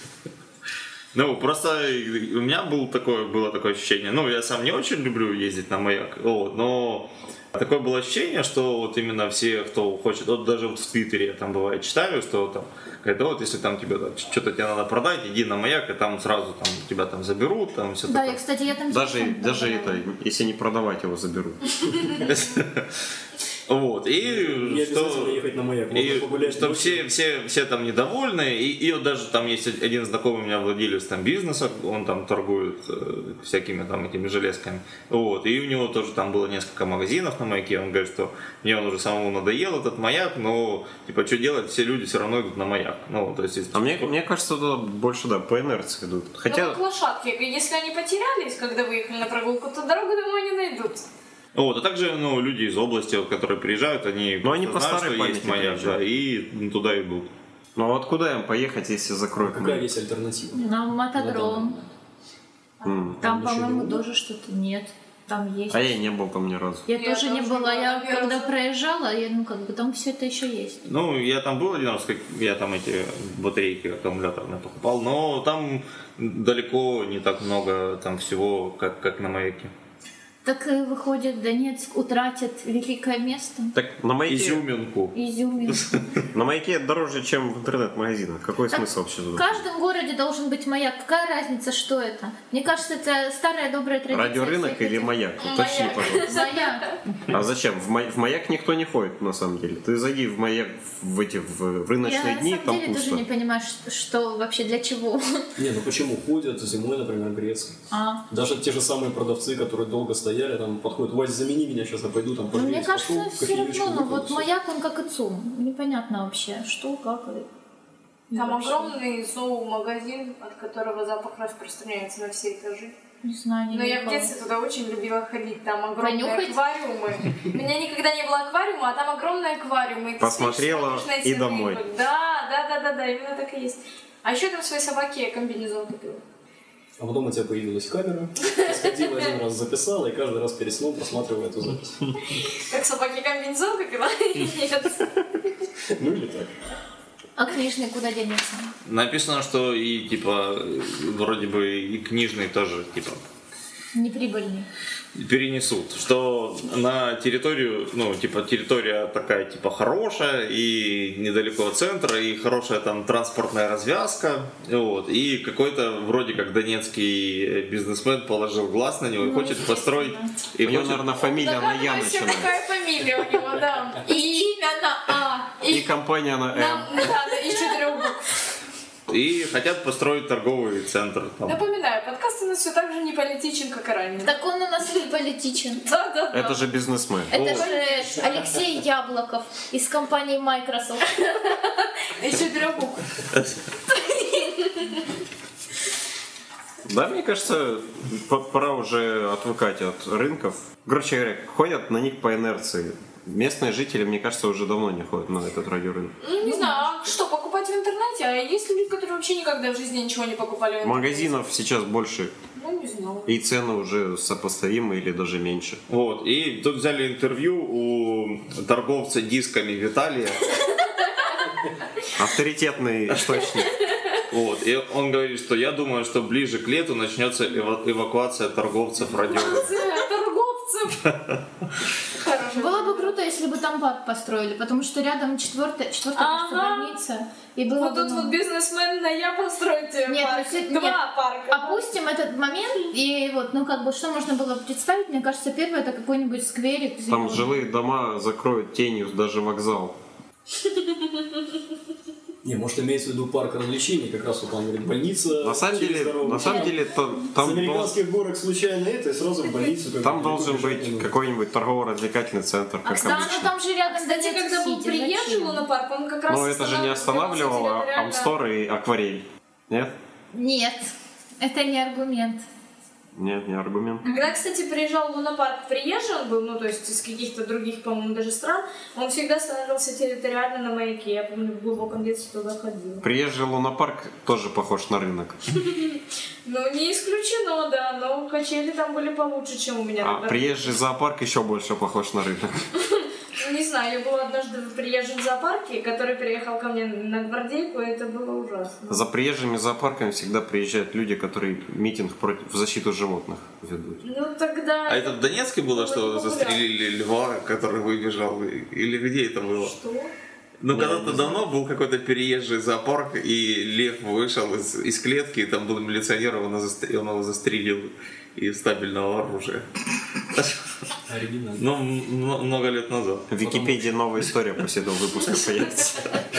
Speaker 4: Ну, просто у меня было такое ощущение. Ну, я сам не очень люблю ездить на Маяк, вот, но такое было ощущение, что вот именно все, кто хочет, вот даже вот в Твиттере я там бывает читаю, что там, говорят, вот если там тебе что-то тебе надо продать, иди на Маяк, и там сразу там тебя там заберут, там все
Speaker 3: Да,
Speaker 4: такое.
Speaker 3: я, кстати, я там...
Speaker 1: Даже
Speaker 3: телефон
Speaker 1: это, если не продавать, его заберут.
Speaker 4: Вот,
Speaker 2: Не
Speaker 4: и
Speaker 2: обязательно ехать на Маяк, можно
Speaker 4: и
Speaker 2: погулять.
Speaker 4: что все там недовольны, и вот даже там есть один знакомый у меня владелец там бизнеса, он там торгует всякими там этими железками, вот, и у него тоже там было несколько магазинов на Маяке, он говорит, что мне он уже самому надоел этот Маяк, но типа что делать, все люди все равно идут на Маяк, ну, то есть...
Speaker 1: А мне кажется, туда больше, да, по инерции идут.
Speaker 5: Ну,
Speaker 1: Хотя...
Speaker 5: как лошадки, если они потерялись, когда выехали на прогулку, то дорогу домой не найдут.
Speaker 4: Вот, а также, ну, люди из области, вот, которые приезжают, они,
Speaker 1: они по
Speaker 4: знают,
Speaker 1: старой
Speaker 4: что есть
Speaker 1: памяти
Speaker 4: Маяк, да,
Speaker 1: приезжают.
Speaker 4: и туда идут.
Speaker 1: Ну а вот куда им поехать, если закроют
Speaker 2: Какая
Speaker 1: Маяк?
Speaker 2: есть альтернатива?
Speaker 3: На мотодром. Там,
Speaker 2: Там
Speaker 3: по-моему,
Speaker 2: ничего не
Speaker 3: тоже что-то нет. Там есть.
Speaker 1: А я и не был там ни разу.
Speaker 3: Я
Speaker 5: Я
Speaker 3: тоже не
Speaker 5: тоже
Speaker 3: была. Я
Speaker 5: была ни
Speaker 3: когда
Speaker 5: разу.
Speaker 3: проезжала, ну как бы там все это еще есть.
Speaker 4: Ну, я там был один раз, я там эти батарейки аккумуляторные покупал, но там далеко не так много там всего, как на Маяке.
Speaker 3: Так и выходит, Донецк утратит великое место.
Speaker 1: Так на Маяке,
Speaker 4: Изюминку.
Speaker 3: Изюминку.
Speaker 1: на Маяке дороже, чем в интернет-магазинах. Какой
Speaker 3: Так
Speaker 1: смысл вообще
Speaker 3: В
Speaker 1: туда?
Speaker 3: каждом городе должен быть маяк. Какая разница, что это? Мне кажется, это старая добрая традиция.
Speaker 1: Радиорынок
Speaker 3: всех
Speaker 1: или
Speaker 3: этих-
Speaker 1: Маяк? Уточни,
Speaker 5: Маяк.
Speaker 1: пожалуйста.
Speaker 3: Маяк.
Speaker 1: А зачем? В Маяк никто не ходит, на самом деле. Ты зайди в Маяк в
Speaker 3: Я
Speaker 1: рыночные
Speaker 3: на
Speaker 1: дни,
Speaker 3: самом
Speaker 1: там
Speaker 3: деле тоже
Speaker 1: пусто.
Speaker 3: не понимаю, что вообще для чего.
Speaker 2: Не, ну почему ходят зимой, например, в Греции?
Speaker 3: А.
Speaker 2: Даже те же самые продавцы, которые долго стояли, там подходят, Вась, замени меня, сейчас я пойду там
Speaker 3: Но
Speaker 2: погреюсь.
Speaker 3: мне кажется,
Speaker 2: Пошел,
Speaker 3: все
Speaker 2: кофеечку
Speaker 3: равно, но
Speaker 2: выпил,
Speaker 3: вот
Speaker 2: всё.
Speaker 3: маяк, он как и ЦУМ. Непонятно вообще, что, как.
Speaker 5: Там
Speaker 3: вообще.
Speaker 5: огромный зоомагазин, от которого запах распространяется на все этажи.
Speaker 3: Не знаю, не
Speaker 5: Но я в
Speaker 3: ехала.
Speaker 5: детстве туда очень любила ходить. Там огромные
Speaker 3: Понюхать?
Speaker 5: аквариумы. У меня никогда не было аквариума, а там огромные аквариумы. И ты
Speaker 1: Посмотрела
Speaker 5: смотришь на эти
Speaker 1: и домой.
Speaker 5: рыбы. Да, именно так и есть. А еще там своей собаке комбинезон купила.
Speaker 2: А потом у тебя появилась камера, ты сходила один раз, записала, и каждый раз перед сном просматривала эту запись.
Speaker 5: Как собаки комбинезон купила? Нет.
Speaker 2: Ну или так.
Speaker 3: А книжный куда денется?
Speaker 4: Написано, что и типа вроде бы и книжный тоже типа
Speaker 3: Неприбыльный.
Speaker 4: перенесут, что на территорию, ну, типа, территория такая, типа, хорошая, и недалеко от центра, и хорошая там транспортная развязка, вот, и какой-то, вроде как, донецкий бизнесмен положил глаз на него и хочет построить... И
Speaker 1: У него,
Speaker 4: хочет-
Speaker 1: наверное, фамилия на Я
Speaker 5: Догадывайся,
Speaker 1: начинается.
Speaker 5: какая фамилия у него, да. И имя на А.
Speaker 1: И компания на М.
Speaker 5: Да, из 4 букв.
Speaker 4: И хотят построить торговый центр. Там.
Speaker 5: Напоминаю, подкаст у нас все так же не политичен, как и ранее.
Speaker 3: Так он у нас не политичен.
Speaker 5: Да.
Speaker 1: Это же бизнесмен.
Speaker 3: Это
Speaker 4: Вот.
Speaker 3: же Алексей Яблоков из компании Microsoft.
Speaker 5: Из 4 букв.
Speaker 1: Да, мне кажется, пора уже отвыкать от рынков. Короче говоря, ходят на них по инерции. Местные жители, мне кажется, уже давно не ходят на этот радиорынок.
Speaker 5: Ну, не знаю, а что, покупать в интернете? А есть люди, которые вообще никогда в жизни ничего не покупали в интернете?
Speaker 1: Магазинов сейчас больше,
Speaker 5: Ну, не знаю.
Speaker 1: и цены уже сопоставимы или даже меньше.
Speaker 4: Вот, и тут взяли интервью у торговца дисками Виталия.
Speaker 1: Авторитетный источник.
Speaker 4: Вот, и он говорит, что я думаю, что ближе к лету начнется эвакуация торговцев радиорынка.
Speaker 5: Торговцев. Хорошо.
Speaker 3: Было бы круто, если бы там парк построили, потому что рядом четвертая
Speaker 5: Ага.
Speaker 3: больница. И было
Speaker 5: Вот
Speaker 3: бы,
Speaker 5: тут
Speaker 3: ну,
Speaker 5: вот бизнесмен на я постройте
Speaker 3: Нет,
Speaker 5: парк.
Speaker 3: ну, нет.
Speaker 5: Два парка.
Speaker 3: Опустим этот момент, и вот, ну как бы, что можно было представить? Мне кажется, первое это какой-нибудь скверик.
Speaker 1: Там
Speaker 3: зелёный.
Speaker 1: жилые дома закроют тенью даже вокзал.
Speaker 2: Не, может имеется в виду парк развлечений, как раз вот там говорит больница.
Speaker 1: На самом
Speaker 2: через
Speaker 1: деле,
Speaker 2: дорогу.
Speaker 1: на самом деле,
Speaker 2: С
Speaker 1: там
Speaker 2: американских горок случайно это, и сразу в больницу. как
Speaker 1: Там
Speaker 2: бы,
Speaker 1: должен
Speaker 2: бежать
Speaker 1: быть
Speaker 2: не нужно.
Speaker 1: какой-нибудь торгово-развлекательный центр,
Speaker 3: А
Speaker 1: как
Speaker 3: кстати, ну
Speaker 1: обычно.
Speaker 3: там же рядом
Speaker 5: Кстати,
Speaker 3: Донецк
Speaker 5: когда был
Speaker 3: Сити,
Speaker 5: приезжий
Speaker 3: зачем?
Speaker 5: лунопарк, он как раз
Speaker 1: Но это же не останавливало Амстор и Акварель. Нет?
Speaker 3: Нет, это не аргумент.
Speaker 1: Нет, не аргумент.
Speaker 5: Когда, кстати, приезжал в лунопарк приезжий, он был, ну, то есть из каких-то других, по-моему, даже стран, он всегда становился территориально на маяке. Я помню, в глубоком детстве туда ходила.
Speaker 1: Приезжий лунопарк тоже похож на рынок.
Speaker 5: Ну, не исключено, да, но качели там были получше, чем у меня.
Speaker 1: А
Speaker 5: например.
Speaker 1: приезжий зоопарк еще больше похож на рынок.
Speaker 5: Ну, не знаю, я была однажды в приезжем зоопарке, который переехал ко мне на Гвардейку, и это было ужасно.
Speaker 1: За приезжими зоопарками всегда приезжают люди, которые митинг в защиту животных ведут.
Speaker 5: Ну, тогда...
Speaker 4: А это в Донецке было, что
Speaker 5: Популярно.
Speaker 4: застрелили льва, который выбежал? Или где это было?
Speaker 5: Что?
Speaker 4: Ну,
Speaker 1: Я
Speaker 4: когда-то
Speaker 1: не
Speaker 4: давно был какой-то переезжий зоопарк, и лев вышел из клетки, и там был милиционер, он его застрелил из стабильного оружия.
Speaker 2: Оригинально.
Speaker 4: Ну, много лет назад.
Speaker 1: В Википедии новая история после этого выпуска появится.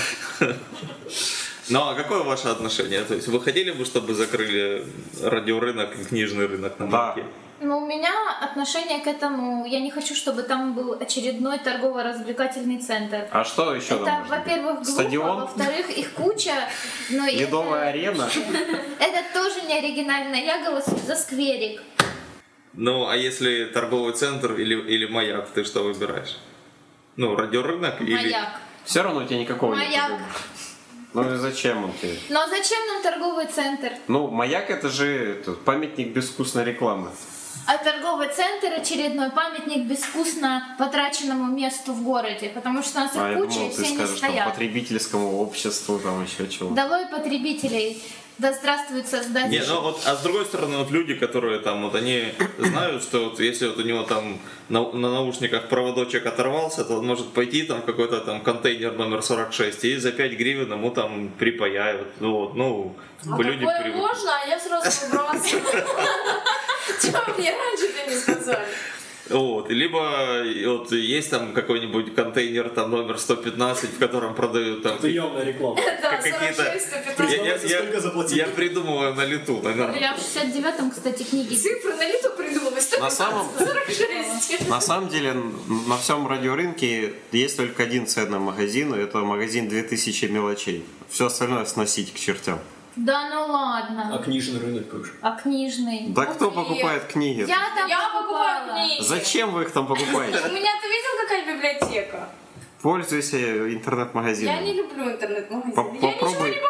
Speaker 4: Ну, а какое ваше отношение? То есть вы хотели бы, чтобы закрыли радиорынок и книжный рынок на
Speaker 1: Да.
Speaker 4: маяке?
Speaker 3: Ну, у меня отношение к этому, я не хочу, чтобы там был очередной торгово-развлекательный центр.
Speaker 1: А что еще
Speaker 3: Это,
Speaker 1: там может быть?
Speaker 3: во-первых, глупо,
Speaker 1: Стадион?
Speaker 3: во-вторых, их куча, но и
Speaker 1: Ледовая
Speaker 3: это,
Speaker 1: арена?
Speaker 3: это тоже не оригинально. Я голосую за скверик.
Speaker 4: Ну, а если торговый центр или маяк, ты что выбираешь? Ну, радиорынок или...
Speaker 3: Маяк.
Speaker 1: Все равно у тебя никакого нет.
Speaker 3: Маяк.
Speaker 1: Ну и зачем он тебе?
Speaker 3: Но зачем нам торговый центр?
Speaker 1: Ну, маяк это же памятник безвкусной рекламы.
Speaker 3: А торговый центр очередной памятник безвкусно потраченному месту в городе, потому что у нас
Speaker 1: А
Speaker 3: их
Speaker 1: я
Speaker 3: куча
Speaker 1: думал,
Speaker 3: и
Speaker 1: ты
Speaker 3: все не
Speaker 1: скажешь там
Speaker 3: стоят.
Speaker 1: потребительскому обществу, там еще чего.
Speaker 3: Долой потребителей. Да здравствует создатель.
Speaker 4: Не, ну вот, а с другой стороны, вот люди, которые там, вот они знают, что вот если вот у него там на наушниках проводочек оторвался, то он может пойти там в какой-то там контейнер номер 46 и за 5 гривен ему там припаяют. Ну, вот, ну,
Speaker 5: А
Speaker 4: люди
Speaker 5: такое
Speaker 4: привыкли.
Speaker 5: можно, а я сразу выбрасываю. Чего мне раньше-то не сказали?
Speaker 4: Вот, либо вот есть там какой-нибудь контейнер там номер 115, в котором продают там
Speaker 2: Это явная реклама.
Speaker 5: Да,
Speaker 4: какие-то...
Speaker 5: 46, 115.
Speaker 2: Сколько заплатили?
Speaker 4: Я придумываю на лету, наверное.
Speaker 3: Я в 69-м, кстати, книги.
Speaker 5: Цифры на лету придумала.
Speaker 1: На самом-
Speaker 5: 46.
Speaker 1: На самом деле, на всем радиорынке есть только один ценный магазин, это магазин 2000 мелочей. Все остальное сносить к чертям.
Speaker 3: Да ну
Speaker 2: А
Speaker 3: ладно.
Speaker 2: книжный рынок как же?
Speaker 3: А книжный?
Speaker 1: Да кто
Speaker 5: Ух ты.
Speaker 1: покупает книги?
Speaker 3: Я там
Speaker 5: Я покупаю
Speaker 3: покупала.
Speaker 5: книги.
Speaker 1: Зачем вы их там покупаете?
Speaker 5: У меня, ты видел, какая библиотека?
Speaker 1: Пользуйся
Speaker 5: Я не
Speaker 1: интернет-магазином.
Speaker 5: люблю интернет-магазин.
Speaker 1: По-
Speaker 5: Я ничего
Speaker 1: попробуй.
Speaker 5: не покупаю в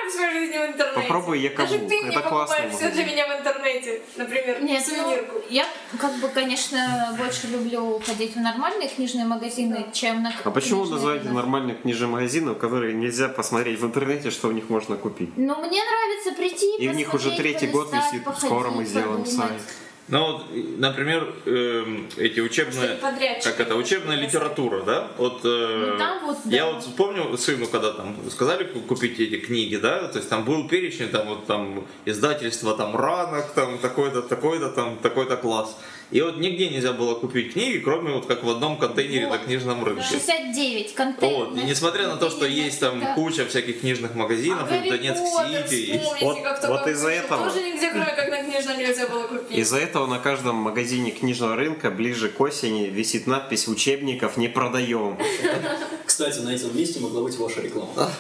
Speaker 5: в своей жизни в интернете.
Speaker 1: Попробуй Якобу.
Speaker 5: Даже ты мне
Speaker 1: Это классный
Speaker 5: покупаешь все для
Speaker 1: магазин.
Speaker 5: меня в интернете. Например,
Speaker 3: Нет,
Speaker 5: сувенирку.
Speaker 3: ну, я как бы, конечно, больше люблю ходить в нормальные книжные магазины, чем на
Speaker 1: А почему
Speaker 3: книжные
Speaker 1: называете
Speaker 3: рынки.
Speaker 1: нормальные книжные магазины, которые нельзя посмотреть в интернете, что в них можно купить?
Speaker 3: Ну, мне нравится прийти,
Speaker 1: И в них уже
Speaker 3: посмотреть,
Speaker 1: третий год
Speaker 3: полистать,
Speaker 1: висит,
Speaker 3: походить,
Speaker 1: скоро мы сделаем
Speaker 3: подумать.
Speaker 1: сайт.
Speaker 4: Ну, вот, например, эти учебные,
Speaker 5: Что-то подрядчики.
Speaker 4: как это, учебная литература, да? Вот,
Speaker 3: там вот,
Speaker 4: я
Speaker 3: да.
Speaker 4: вот помню сыну, когда там сказали купить эти книги, да, то есть там был перечень, там вот там издательство, там ранок, там такой-то, такой-то, там такой-то класс. И вот нигде нельзя было купить книги, кроме вот как в одном контейнере
Speaker 3: Вот.
Speaker 4: на книжном рынке.
Speaker 3: 69 контейнеров.
Speaker 4: Вот. И несмотря на то, что есть там
Speaker 3: Да.
Speaker 4: куча всяких книжных магазинов, и в
Speaker 5: Гарри
Speaker 4: Донецк-Сити,
Speaker 5: Поттер,
Speaker 4: и...
Speaker 5: вспомните,
Speaker 1: Вот-
Speaker 5: как
Speaker 1: вот
Speaker 5: только
Speaker 1: из-за
Speaker 5: вышел.
Speaker 1: этого-
Speaker 5: Тоже нигде, кроме как на книжном, нельзя было купить.
Speaker 1: Из-за этого на каждом магазине книжного рынка ближе к осени висит надпись «Учебников не продаем».
Speaker 2: Кстати, на этом месте могла быть ваша реклама.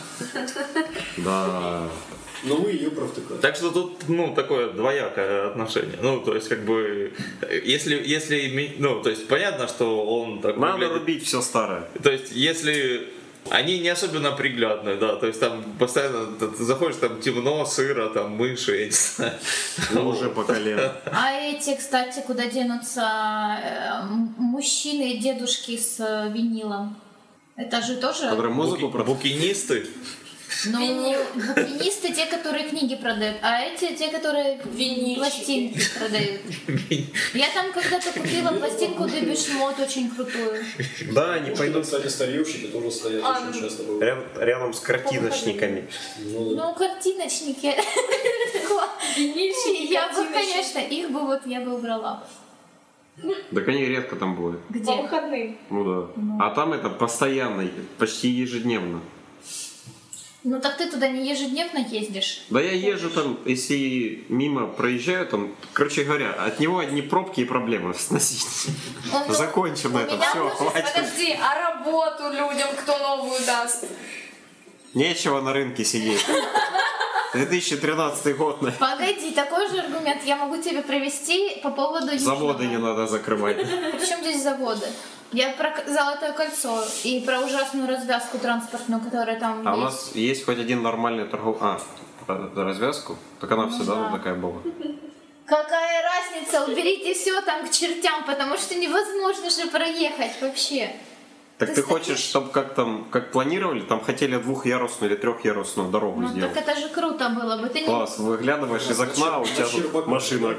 Speaker 1: Да.
Speaker 2: Но вы ее провтыкали.
Speaker 4: Так что тут, ну, такое двоякое отношение. Ну, то есть, как бы, если, ну, то есть, понятно, что он так
Speaker 1: Надо
Speaker 4: выглядит.
Speaker 1: рубить все старое.
Speaker 4: То есть, если они не особенно приглядные, да, то есть, там постоянно ты заходишь, там темно, сыро, там мыши, я не знаю.
Speaker 1: Ну, уже по колено.
Speaker 3: А эти, кстати, куда денутся мужчины и дедушки с винилом? Это же тоже...
Speaker 1: Которые музыку продают.
Speaker 4: Букинисты.
Speaker 3: Ну,
Speaker 5: Винил.
Speaker 3: букинисты те, которые книги продают, а эти те, которые
Speaker 5: Винильщики.
Speaker 3: пластинки продают. Я там когда-то купила пластинку Депеш Мод очень крутую.
Speaker 1: Да, они пойдут
Speaker 2: Кстати, старьевщики тоже стоят
Speaker 5: А,
Speaker 2: очень
Speaker 5: ну.
Speaker 2: часто. бывают.
Speaker 1: рядом с картиночниками.
Speaker 2: Ну, да.
Speaker 3: Ну, картиночники.
Speaker 5: Винильщики,
Speaker 3: Я бы,
Speaker 5: картиночки.
Speaker 3: конечно, их бы вот я бы убрала.
Speaker 1: Так они редко там бывают.
Speaker 5: По
Speaker 3: Где?
Speaker 5: выходным.
Speaker 1: Ну да. А там это постоянно, почти ежедневно.
Speaker 3: Ну так ты туда не ежедневно ездишь.
Speaker 1: Да я езжу там, если мимо проезжаю, там, короче говоря, от него одни пробки и проблемы сносить.
Speaker 3: Он-
Speaker 1: Закончим
Speaker 3: у
Speaker 1: это,
Speaker 3: меня
Speaker 1: все,
Speaker 3: тоже
Speaker 1: хватит.
Speaker 5: Подожди, а работу людям кто новую даст?
Speaker 1: Нечего на рынке сидеть. 2013 год,
Speaker 3: Погоди, такой же аргумент я могу тебе привести по поводу
Speaker 1: заводы не
Speaker 3: Южного.
Speaker 1: надо закрывать.
Speaker 3: Причем здесь заводы? Я про Золотое кольцо и про ужасную развязку транспортную, которая там
Speaker 1: А у
Speaker 3: есть.
Speaker 1: нас есть хоть один нормальный торговый... развязку? Так она всегда
Speaker 3: да.
Speaker 1: такая была.
Speaker 3: Какая разница? Уберите все там к чертям, потому что невозможно же проехать вообще.
Speaker 1: Так
Speaker 3: Ты
Speaker 1: ты
Speaker 3: стоишь?
Speaker 1: хочешь, чтобы как планировали, там хотели двухъярусную или трехъярусную дорогу
Speaker 3: Ну
Speaker 1: сделать?
Speaker 3: так это же круто было бы. Ты не...
Speaker 1: Класс, выглядываешь из окна, а у тебя тут
Speaker 2: Щербаков.
Speaker 1: машина.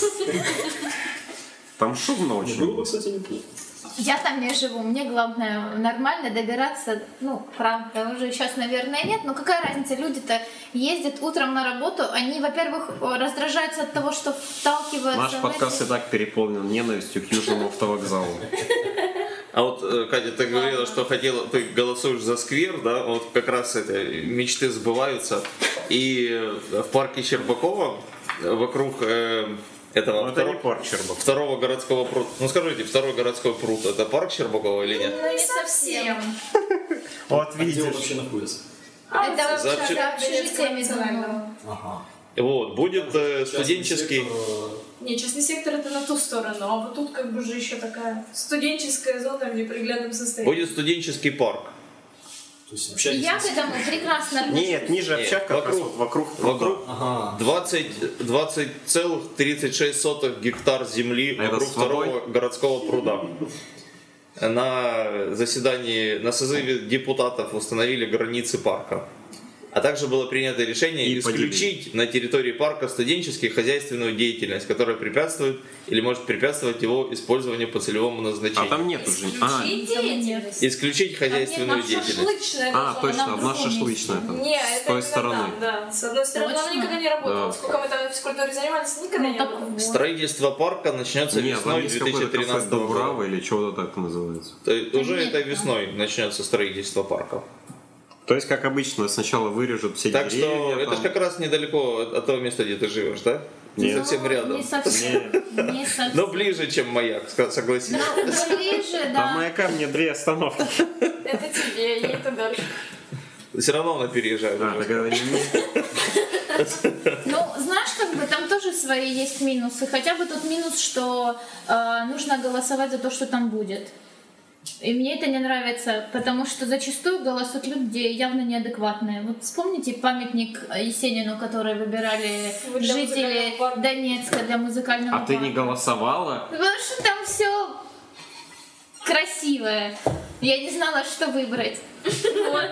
Speaker 1: Там шумно
Speaker 2: Было бы,
Speaker 1: очень.
Speaker 2: кстати, неплохо.
Speaker 3: Я там не живу, мне главное нормально добираться, ну, правда, уже сейчас, наверное, нет, но какая разница, люди-то ездят утром на работу, они, во-первых, раздражаются от того, что вталкиваются
Speaker 1: Наш
Speaker 3: в
Speaker 1: подкаст
Speaker 3: эти-
Speaker 1: и так переполнен ненавистью к Южному автовокзалу.
Speaker 4: А вот, Катя, ты говорила, что хотела, ты голосуешь за сквер, да, вот как раз это, мечты сбываются. И в парке Щербакова вокруг этого
Speaker 1: Но это не парк Щербаков.
Speaker 4: второго городского прута. Ну скажите, второй городской пруд это парк Щербакова или нет?
Speaker 3: Ну, не совсем.
Speaker 1: Вот
Speaker 2: А где он
Speaker 1: видишь.
Speaker 2: вообще находится?
Speaker 3: Это
Speaker 4: За
Speaker 3: вообще
Speaker 4: общ-
Speaker 3: общежитиями думаю.
Speaker 2: Ага.
Speaker 4: Вот, будет студенческий...
Speaker 2: Частный сектор,
Speaker 5: Не, частный сектор это на ту сторону, а вот тут как бы же еще такая студенческая зона в неприглядном состоянии.
Speaker 4: Будет студенческий парк.
Speaker 2: то есть общаетесь
Speaker 3: Я к
Speaker 2: с-
Speaker 3: этому прекрасно отношусь.
Speaker 1: Нет, ниже
Speaker 4: Нет,
Speaker 1: общак как раз
Speaker 4: вокруг.
Speaker 1: вот вокруг.
Speaker 4: Вокруг
Speaker 2: Ага.
Speaker 4: 20,36 гектар земли
Speaker 1: А это
Speaker 4: вокруг
Speaker 1: с водой?
Speaker 4: второго городского пруда. На заседании, на созыве депутатов установили границы парка. А также было принято решение
Speaker 1: И
Speaker 4: исключить на территории парка студенческую и хозяйственную деятельность, которая препятствует или может препятствовать его использованию по целевому назначению.
Speaker 1: А там нет уже.
Speaker 5: Исключить деятельность.
Speaker 4: Исключить хозяйственную
Speaker 5: Нет, там
Speaker 4: деятельность.
Speaker 5: шашлычная должна
Speaker 1: Точно,
Speaker 5: быть.
Speaker 1: одна шашлычная там.
Speaker 5: Не,
Speaker 1: С
Speaker 5: это
Speaker 1: той
Speaker 5: именно
Speaker 1: стороны.
Speaker 5: там, да. С одной стороны, но она
Speaker 3: Точно?
Speaker 5: никогда не работала.
Speaker 1: Да.
Speaker 5: Сколько мы там в физкультуре занимались, никогда
Speaker 3: Ну,
Speaker 5: не
Speaker 3: так
Speaker 5: было.
Speaker 3: вот.
Speaker 4: Строительство парка начнется
Speaker 1: Нет, там
Speaker 4: весной
Speaker 1: есть какой-то кафе
Speaker 4: 2013 года.
Speaker 1: Дубрава или чего-то так называется.
Speaker 4: То есть уже
Speaker 3: нет,
Speaker 4: этой
Speaker 3: да.
Speaker 4: весной начнется строительство парка.
Speaker 1: То есть, как обычно, сначала вырежут все
Speaker 4: Так
Speaker 1: деревья.
Speaker 4: что это
Speaker 1: там.
Speaker 4: же как раз недалеко от того места, где ты живешь, да?
Speaker 1: Нет.
Speaker 4: Совсем
Speaker 3: Ну,
Speaker 4: рядом.
Speaker 3: Не совсем. Не совсем.
Speaker 4: Но ближе, чем маяк, согласись.
Speaker 3: Ну, ближе,
Speaker 1: До
Speaker 3: да.
Speaker 1: маяка мне 2 остановки.
Speaker 5: Это тебе, ей-то дальше.
Speaker 4: Все равно она переезжает.
Speaker 1: А,
Speaker 4: уже.
Speaker 1: так это не мне.
Speaker 3: Ну, знаешь, как бы там тоже свои есть минусы. Хотя бы тот минус, что нужно голосовать за то, что там будет. И мне это не нравится, потому что зачастую голосуют люди явно неадекватные. Вот вспомните памятник Есенину, который выбирали
Speaker 5: Для
Speaker 3: жители
Speaker 5: музыкального парка.
Speaker 3: Донецка для музыкального
Speaker 1: А
Speaker 3: парка.
Speaker 1: ты не голосовала?
Speaker 3: Потому что там все красивое. Я не знала, что выбрать. Вот.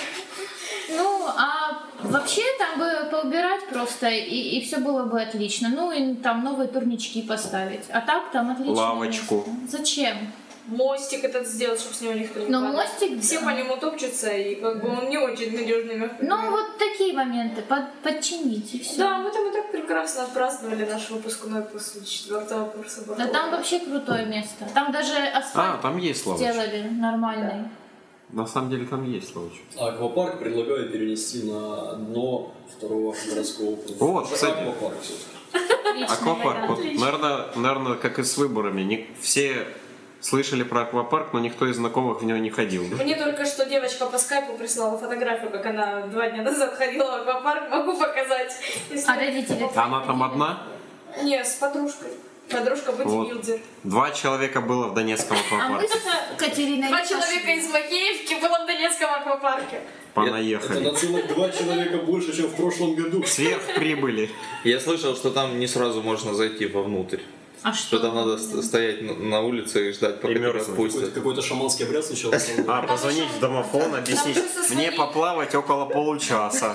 Speaker 3: Ну, а вообще там бы поубирать просто, и все было бы отлично. Ну, и там новые турнички поставить. А так там отлично.
Speaker 1: Лавочку.
Speaker 3: Зачем?
Speaker 5: Мостик этот сделать, чтобы с него никто не
Speaker 3: Ну,
Speaker 5: падал.
Speaker 3: мостик,
Speaker 5: Все
Speaker 3: да.
Speaker 5: по нему топчутся, и как бы он не очень надежный мягкий.
Speaker 3: Ну, вот такие моменты подчинить, и все.
Speaker 5: Да, мы там и так прекрасно отпраздновали наш выпускной после 4 курса.
Speaker 3: Да там вообще крутое место. Там даже асфальт
Speaker 1: Там есть лавочка.
Speaker 3: сделали нормальный.
Speaker 1: На самом деле там есть лавочка.
Speaker 2: А аквапарк предлагаю перенести на дно второго городского округа.
Speaker 1: Вот, кстати.
Speaker 2: Аквапарк все-таки.
Speaker 3: Отличный
Speaker 1: Аквапарк.
Speaker 3: вариант.
Speaker 1: Вот, наверное, как и с выборами. Все слышали про аквапарк, но никто из знакомых в него не ходил.
Speaker 5: Мне только что девочка по скайпу прислала фотографию, как она 2 дня назад ходила в аквапарк, могу показать. если-
Speaker 3: А родители?
Speaker 1: Она там одна?
Speaker 5: Не, с подружкой. Подружка бодибилдер.
Speaker 1: 2 человека было в Донецком
Speaker 3: А мы
Speaker 1: аквапарке.
Speaker 3: с Катериной
Speaker 5: 2
Speaker 3: не
Speaker 5: человека
Speaker 3: пошли.
Speaker 5: из Макеевки было в Донецком аквапарке.
Speaker 2: Это
Speaker 1: Понаехали.
Speaker 2: на целых 2 человека больше, чем в прошлом году.
Speaker 1: Сверхприбыли.
Speaker 4: Я слышал, что там не сразу можно зайти вовнутрь.
Speaker 3: А
Speaker 4: Что там надо стоять на улице и ждать, пока тебя
Speaker 1: мерзнуть.
Speaker 4: впустят.
Speaker 2: Какой-то шаманский обряд сначала.
Speaker 1: А, позвонить в домофон, объяснить.
Speaker 5: Там же со
Speaker 1: Мне
Speaker 5: своей-
Speaker 1: поплавать около получаса.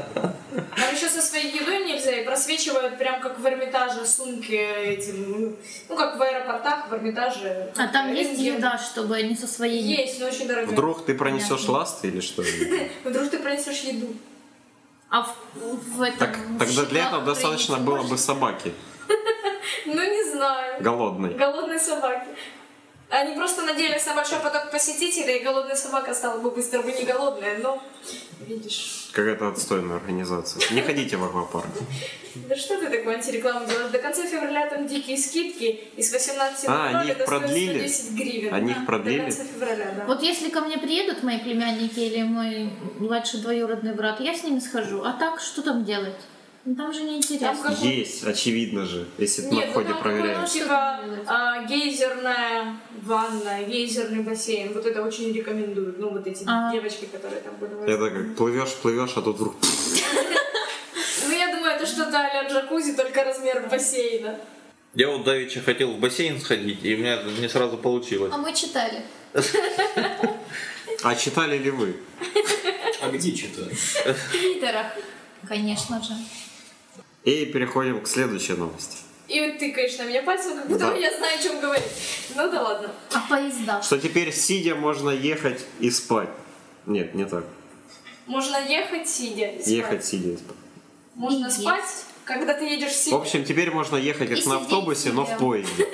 Speaker 5: Там еще со своей едой нельзя, и просвечивают прям как в Эрмитаже сумки этим, ну как в аэропортах, в Эрмитаже.
Speaker 3: А там есть
Speaker 5: рентген.
Speaker 3: еда, чтобы не со своей...
Speaker 5: Есть, но очень дорогая.
Speaker 1: Вдруг ты пронесешь ласты или что?
Speaker 5: Вдруг ты принесешь еду.
Speaker 3: А в этом...
Speaker 1: Так,
Speaker 3: в
Speaker 1: тогда для
Speaker 3: Щеках
Speaker 1: этого достаточно
Speaker 3: принести
Speaker 1: было бы
Speaker 3: можно?
Speaker 1: собаки
Speaker 5: Ну не знаю.
Speaker 1: голодной.
Speaker 5: Голодные собаки. Они просто надеялись на большой поток посетителей, и голодная собака стала бы быстро бы не голодная, но видишь.
Speaker 1: Какая-то отстойная организация. Не ходите в аквапарк.
Speaker 5: Да что ты такую антирекламу делаешь? До конца февраля там дикие скидки, и с 18
Speaker 1: они их
Speaker 5: до
Speaker 1: продлили?
Speaker 5: 110 гривен.
Speaker 1: Они
Speaker 5: Да,
Speaker 1: их продлили?
Speaker 5: До конца февраля, да.
Speaker 3: Вот если ко мне приедут мои племянники или мой младший двоюродный брат, я с ними схожу. А так, что там делать? Ну, там же неинтересно.
Speaker 5: Там как-
Speaker 1: Есть, очевидно же, если ты на
Speaker 5: Нет, ну
Speaker 1: входе
Speaker 5: там
Speaker 1: проверяешь.
Speaker 5: типа гейзерная ванна, гейзерный бассейн. Вот это очень рекомендуют. Ну, вот эти девочки, которые там были.
Speaker 1: Это как плывешь, а тут вдруг...
Speaker 5: Ну, я думаю, это что-то а-ля джакузи, только размер бассейна.
Speaker 4: Я вот давеча хотел в бассейн сходить, и у меня это не сразу получилось.
Speaker 3: А мы читали.
Speaker 1: А читали ли вы?
Speaker 2: А где читать?
Speaker 3: В твиттерах, конечно же.
Speaker 1: И переходим к следующей новости.
Speaker 5: И вот тыкаешь на меня пальцем, как будто
Speaker 1: Да.
Speaker 5: я знаю, о чем говорить. Ну да ладно.
Speaker 3: А поезда?
Speaker 1: Что теперь сидя можно ехать и спать. Нет, не так.
Speaker 5: Можно ехать сидя и спать.
Speaker 1: Ехать сидя и спать.
Speaker 5: Можно
Speaker 3: И
Speaker 5: спать, когда ты едешь
Speaker 1: В
Speaker 5: сидя.
Speaker 1: общем, теперь можно ехать как
Speaker 3: И
Speaker 1: на
Speaker 3: сидеть
Speaker 1: автобусе, но
Speaker 3: сидя.
Speaker 1: в поезде.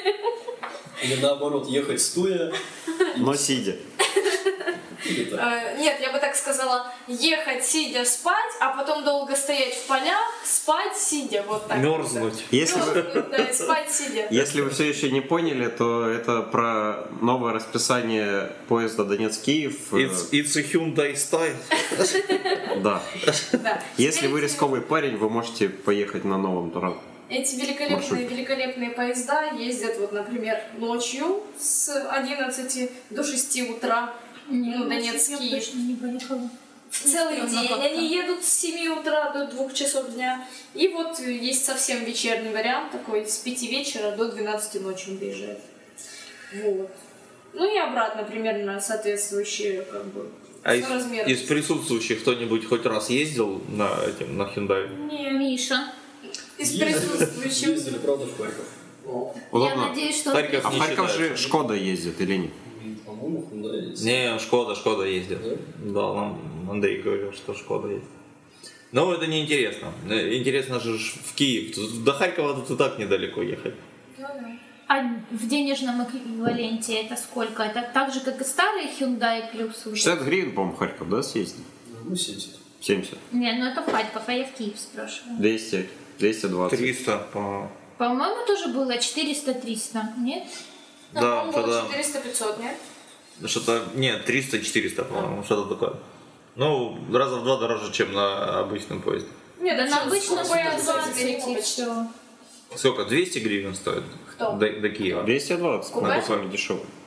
Speaker 2: Или наоборот, ехать стоя.
Speaker 1: Но сидя.
Speaker 2: Или так.
Speaker 5: Нет, я бы так сказала, ехать сидя спать, а потом долго стоять в полях, спать сидя, вот так.
Speaker 4: Мерзнуть.
Speaker 1: Если вы,
Speaker 5: Мерзнуть, да, и спать сидя.
Speaker 1: если вы все еще не поняли, то это про новое расписание поезда Донецк-Киев.
Speaker 4: It's a Hyundai style.
Speaker 1: Да.
Speaker 5: Да.
Speaker 1: Если вы
Speaker 5: Эти-
Speaker 1: рисковый парень, вы можете поехать на новом транспорте.
Speaker 5: Эти
Speaker 1: Маршрут.
Speaker 5: великолепные поезда ездят, вот, например, ночью с 11 до 6 утра. Ну, Донецк,
Speaker 3: я
Speaker 5: Киев.
Speaker 3: точно не поехала.
Speaker 5: В целый
Speaker 3: Стрёмно
Speaker 5: день.
Speaker 3: как-то.
Speaker 5: Они едут с 7 утра до 2 часов дня. И вот есть совсем вечерний вариант такой, с 5 вечера до 12 ночи он приезжает. Вот. Ну и обратно примерно соответствующие как бы
Speaker 4: А из,
Speaker 5: размеры.
Speaker 4: из присутствующих кто-нибудь хоть раз ездил на Hyundai?
Speaker 5: Не,
Speaker 3: Миша,
Speaker 5: из
Speaker 2: Ездили,
Speaker 5: присутствующих.
Speaker 2: ездили, правда, в Харьков.
Speaker 3: я
Speaker 1: Удобно.
Speaker 3: надеюсь, что...
Speaker 4: Харьков
Speaker 1: А в
Speaker 4: не
Speaker 1: Харьков же
Speaker 4: считается.
Speaker 1: Шкода ездит или нет?
Speaker 2: По-моему, Hyundai есть.
Speaker 4: Не, Шкода ездит. Да, нам Андрей говорил, что Шкода есть. Но это не интересно. Интересно же ж в Киев. Тут до Харькова тут и так недалеко ехать.
Speaker 5: Ну да.
Speaker 3: А в денежном эквиваленте это сколько? Это так же, как и старый Hyundai плюс уже?
Speaker 1: 60 гривен, по-моему, Харьков, да, съездил?
Speaker 2: Ну, 70.
Speaker 1: 70.
Speaker 3: Не, ну это в Харьков, а я в Киев спрашиваю.
Speaker 1: 200. 220.
Speaker 4: 300, по-моему.
Speaker 3: По-моему, тоже было 400-300, нет?
Speaker 5: Ну,
Speaker 4: Да,
Speaker 5: по-моему,
Speaker 4: тогда
Speaker 5: 400-500, нет?
Speaker 4: что-то, нет, 300-400, по-моему, что-то такое. Ну, раза в 2 дороже, чем на обычном поезде.
Speaker 5: Нет,
Speaker 3: Да
Speaker 5: это
Speaker 3: на
Speaker 5: что,
Speaker 3: обычном
Speaker 5: сколько я
Speaker 3: 120
Speaker 5: измерила
Speaker 3: и
Speaker 5: почти.
Speaker 3: все.
Speaker 4: Сколько? 200 гривен стоит?
Speaker 5: Кто?
Speaker 4: До Киева.
Speaker 1: 220,
Speaker 5: Купе?
Speaker 1: на самом деле дешевый.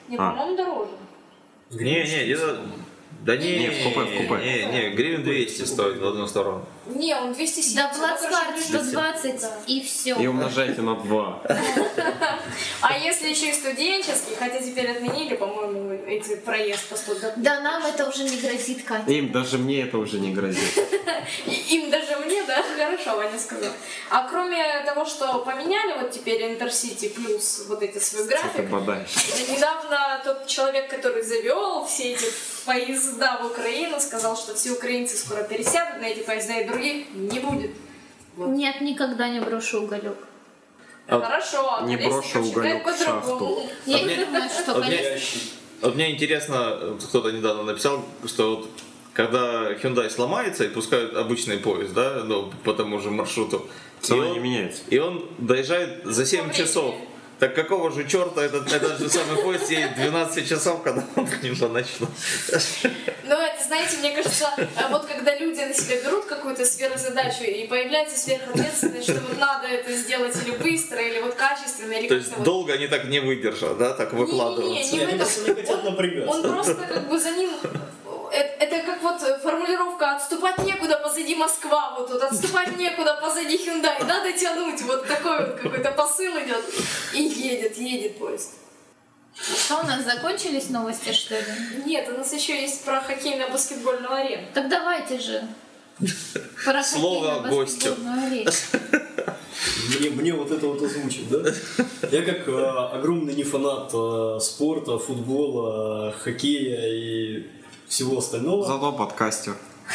Speaker 5: Не, по-моему, дороже.
Speaker 4: Не, где-то... Да не,
Speaker 1: в купе.
Speaker 4: Не, гривен 200 стоит в одну сторону.
Speaker 5: Не, он 270.
Speaker 3: Да, плацкарт 120 и все.
Speaker 1: И умножайте на 2.
Speaker 5: А если еще и студенческий, хотя теперь отменили, по-моему, эти проезд по 100.
Speaker 3: Да нам это уже не грозит, Катя.
Speaker 1: Им, даже мне это уже не грозит.
Speaker 5: Им даже мне, да? Хорошо, Ваня сказал. А кроме того, что поменяли вот теперь Интерсити плюс вот эти свой
Speaker 1: Ты
Speaker 5: график,
Speaker 1: бодаешь.
Speaker 5: недавно тот человек, который завел все эти поезда в Украину, сказал, что все украинцы скоро пересядут на эти поезда и других не будет. Вот.
Speaker 3: Нет, никогда не брошу уголек.
Speaker 5: Хорошо, а
Speaker 1: Не
Speaker 5: Колесников
Speaker 1: брошу
Speaker 5: считает
Speaker 1: уголек в шахту.
Speaker 5: по-другому.
Speaker 3: Я
Speaker 4: мне-
Speaker 3: не думаю, что
Speaker 4: вот мне-
Speaker 3: колесо...
Speaker 4: Вот мне интересно, кто-то недавно написал, что вот когда Hyundai сломается и пускают обычный поезд, да, ну, по тому же маршруту,
Speaker 1: Цена
Speaker 4: и
Speaker 1: не
Speaker 4: он-
Speaker 1: меняется.
Speaker 4: И он доезжает за 7 часов. Так какого же черта этот же самый поезд едет 12 часов, когда он к ним начал?
Speaker 5: Ну, это, знаете, мне кажется, вот когда люди на себя берут какую-то сверхзадачу и появляется сверхответственность, что вот надо это сделать или быстро, или вот качественно, или
Speaker 4: То есть
Speaker 5: как-то вот...
Speaker 4: долго они так не выдержат, да, так выкладываться.
Speaker 5: Не в
Speaker 2: Они
Speaker 5: этом.
Speaker 2: просто не хотят напрягаться.
Speaker 5: Он просто как бы за ним... Это как вот формулировка «отступать некуда, позади Москва», вот тут «отступать некуда, позади Hyundai», надо тянуть, вот такой вот какой-то посыл идет, и едет поезд.
Speaker 3: Что, у нас закончились новости, что ли?
Speaker 5: Нет, у нас еще есть про хоккейно-баскетбольную арену.
Speaker 3: Так давайте же. Про
Speaker 4: Слово гостю.
Speaker 3: хоккейно-баскетбольную арену.
Speaker 2: Мне вот это вот озвучить, да? Я как огромный не фанат спорта, футбола, хоккея и всего остального.
Speaker 1: Зато подкастер.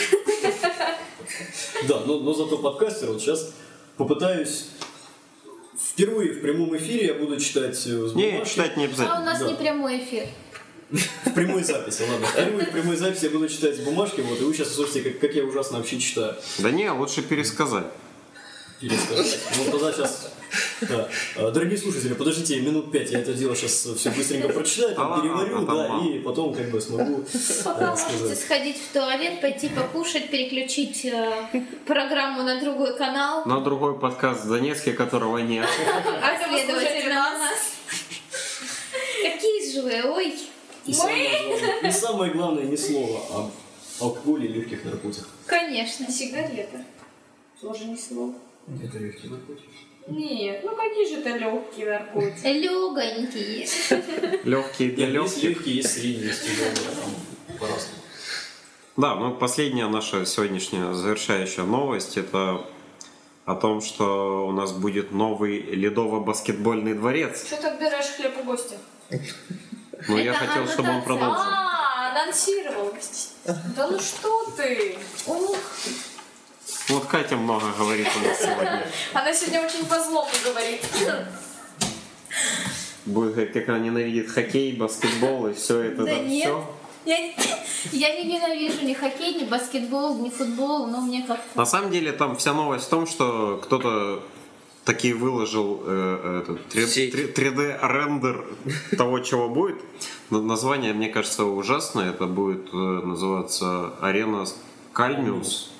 Speaker 2: Да, но зато подкастер вот сейчас попытаюсь впервые в прямом эфире я буду читать с
Speaker 1: Не,
Speaker 2: бумажки.
Speaker 1: читать не
Speaker 3: А у
Speaker 1: обязательно.
Speaker 3: нас
Speaker 2: Да.
Speaker 3: не прямой эфир.
Speaker 2: В прямой записи, ладно. Впервые в прямой записи я буду читать с бумажки, вот, и вы сейчас слушайте, как я ужасно вообще читаю.
Speaker 1: Да не, лучше пересказать.
Speaker 2: Пересказать. Ну, тогда сейчас... Да. Дорогие слушатели, подождите минут 5, я это дело сейчас все быстренько прочитаю, там
Speaker 1: Ага,
Speaker 2: переварю,
Speaker 1: там
Speaker 2: да,
Speaker 1: мало.
Speaker 2: и потом как бы смогу
Speaker 3: Пока можете
Speaker 2: сказать.
Speaker 3: сходить в туалет, пойти покушать, переключить программу на другой канал,
Speaker 1: На другой подкаст в Донецке, которого нет.
Speaker 3: а следовательно на нас. Какие же вы, ой.
Speaker 2: И самое главное, ни слова об алкоголе и легких наркотиках.
Speaker 3: Конечно.
Speaker 5: Сигарета. Тоже не слово.
Speaker 2: Это легкие наркотики.
Speaker 5: Нет, ну какие же это легкие наркотики.
Speaker 3: Легонькие.
Speaker 1: Легкие для
Speaker 2: Есть
Speaker 1: легких.
Speaker 2: легкие, есть средние, есть тяжелые, там по-разному.
Speaker 1: Да, ну последняя наша сегодняшняя завершающая новость это о том, что у нас будет новый ледово-баскетбольный дворец.
Speaker 5: Что ты отбираешь хлеб у гостя?
Speaker 1: Но я
Speaker 3: Это
Speaker 1: хотел, чтобы он
Speaker 3: аннотация.
Speaker 1: продолжил.
Speaker 5: Анонсировал. Да ну что ты?
Speaker 3: Ух,
Speaker 1: Вот Катя много говорит у нас сегодня.
Speaker 5: Она сегодня очень по-злому говорит.
Speaker 1: Будет говорить, как она ненавидит хоккей, баскетбол и все это.
Speaker 3: да нет.
Speaker 1: Все.
Speaker 3: Я не ненавижу ни хоккей, ни баскетбол, ни футбол, но мне как-то...
Speaker 1: На самом деле там вся новость в том, что кто-то таки выложил
Speaker 4: Сеть.
Speaker 1: 3D-рендер того, чего будет. Название, мне кажется, ужасное. Это будет называться Арена Кальмиус.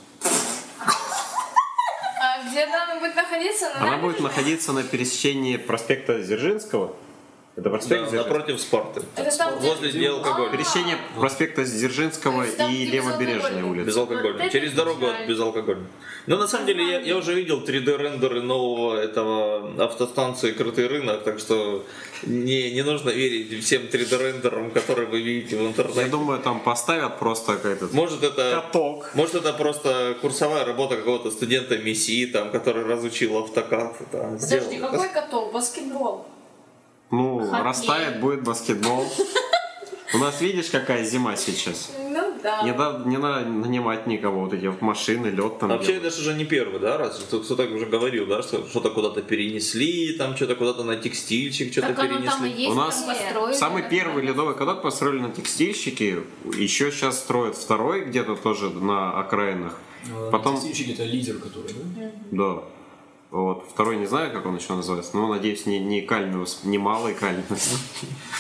Speaker 5: А где она будет находиться? На
Speaker 1: Она будет
Speaker 5: набережной?
Speaker 1: находиться на пересечении проспекта Дзержинского. Это проспект
Speaker 4: Да,
Speaker 1: Дзержинского?
Speaker 4: напротив Спарты.
Speaker 5: Это там, где...
Speaker 4: Возле где алкоголь.
Speaker 1: Пересечение проспекта Дзержинского
Speaker 5: То есть там,
Speaker 1: и
Speaker 5: где
Speaker 1: Левобережной
Speaker 5: безалкогольный.
Speaker 1: улицы.
Speaker 4: Безалкогольный.
Speaker 5: Вот это
Speaker 4: Через дорогу
Speaker 5: жаль.
Speaker 4: от безалкогольного. Но на самом деле я уже видел 3D-рендеры нового этого автостанции «Крытый рынок», так что не нужно верить всем 3D-рендерам, которые вы видите в
Speaker 1: Я
Speaker 4: интернете.
Speaker 1: думаю, там поставят просто этот
Speaker 4: Может
Speaker 1: каток.
Speaker 4: это просто курсовая работа какого-то студента МИСИ, там, который разучил автокад. Да,
Speaker 5: Подожди,
Speaker 4: сделал.
Speaker 5: какой каток? Баскетбол.
Speaker 1: Ну,
Speaker 3: Хоккей.
Speaker 1: растает, будет баскетбол. У нас, видишь, какая зима сейчас.
Speaker 5: Ну да.
Speaker 1: Не надо нанимать никого, вот эти вот машины, лед там.
Speaker 4: Вообще
Speaker 1: делать.
Speaker 4: это же уже не первый, да, раз? Кто-то уже говорил, да, что что-то куда-то перенесли, там что-то куда-то на текстильчик что-то
Speaker 3: Так оно там и
Speaker 4: перенесли.
Speaker 3: есть,
Speaker 1: У нас
Speaker 3: там построили.
Speaker 1: Самый
Speaker 3: да.
Speaker 1: первый ледовый каток построили на текстильщике, еще сейчас строят второй где-то тоже на окраинах. Потом-
Speaker 2: Текстильщики это лидер, который, да?
Speaker 1: Да. Вот. Второй не знаю, как он еще называется, но надеюсь, не Кальмиус, не малый Кальмиус.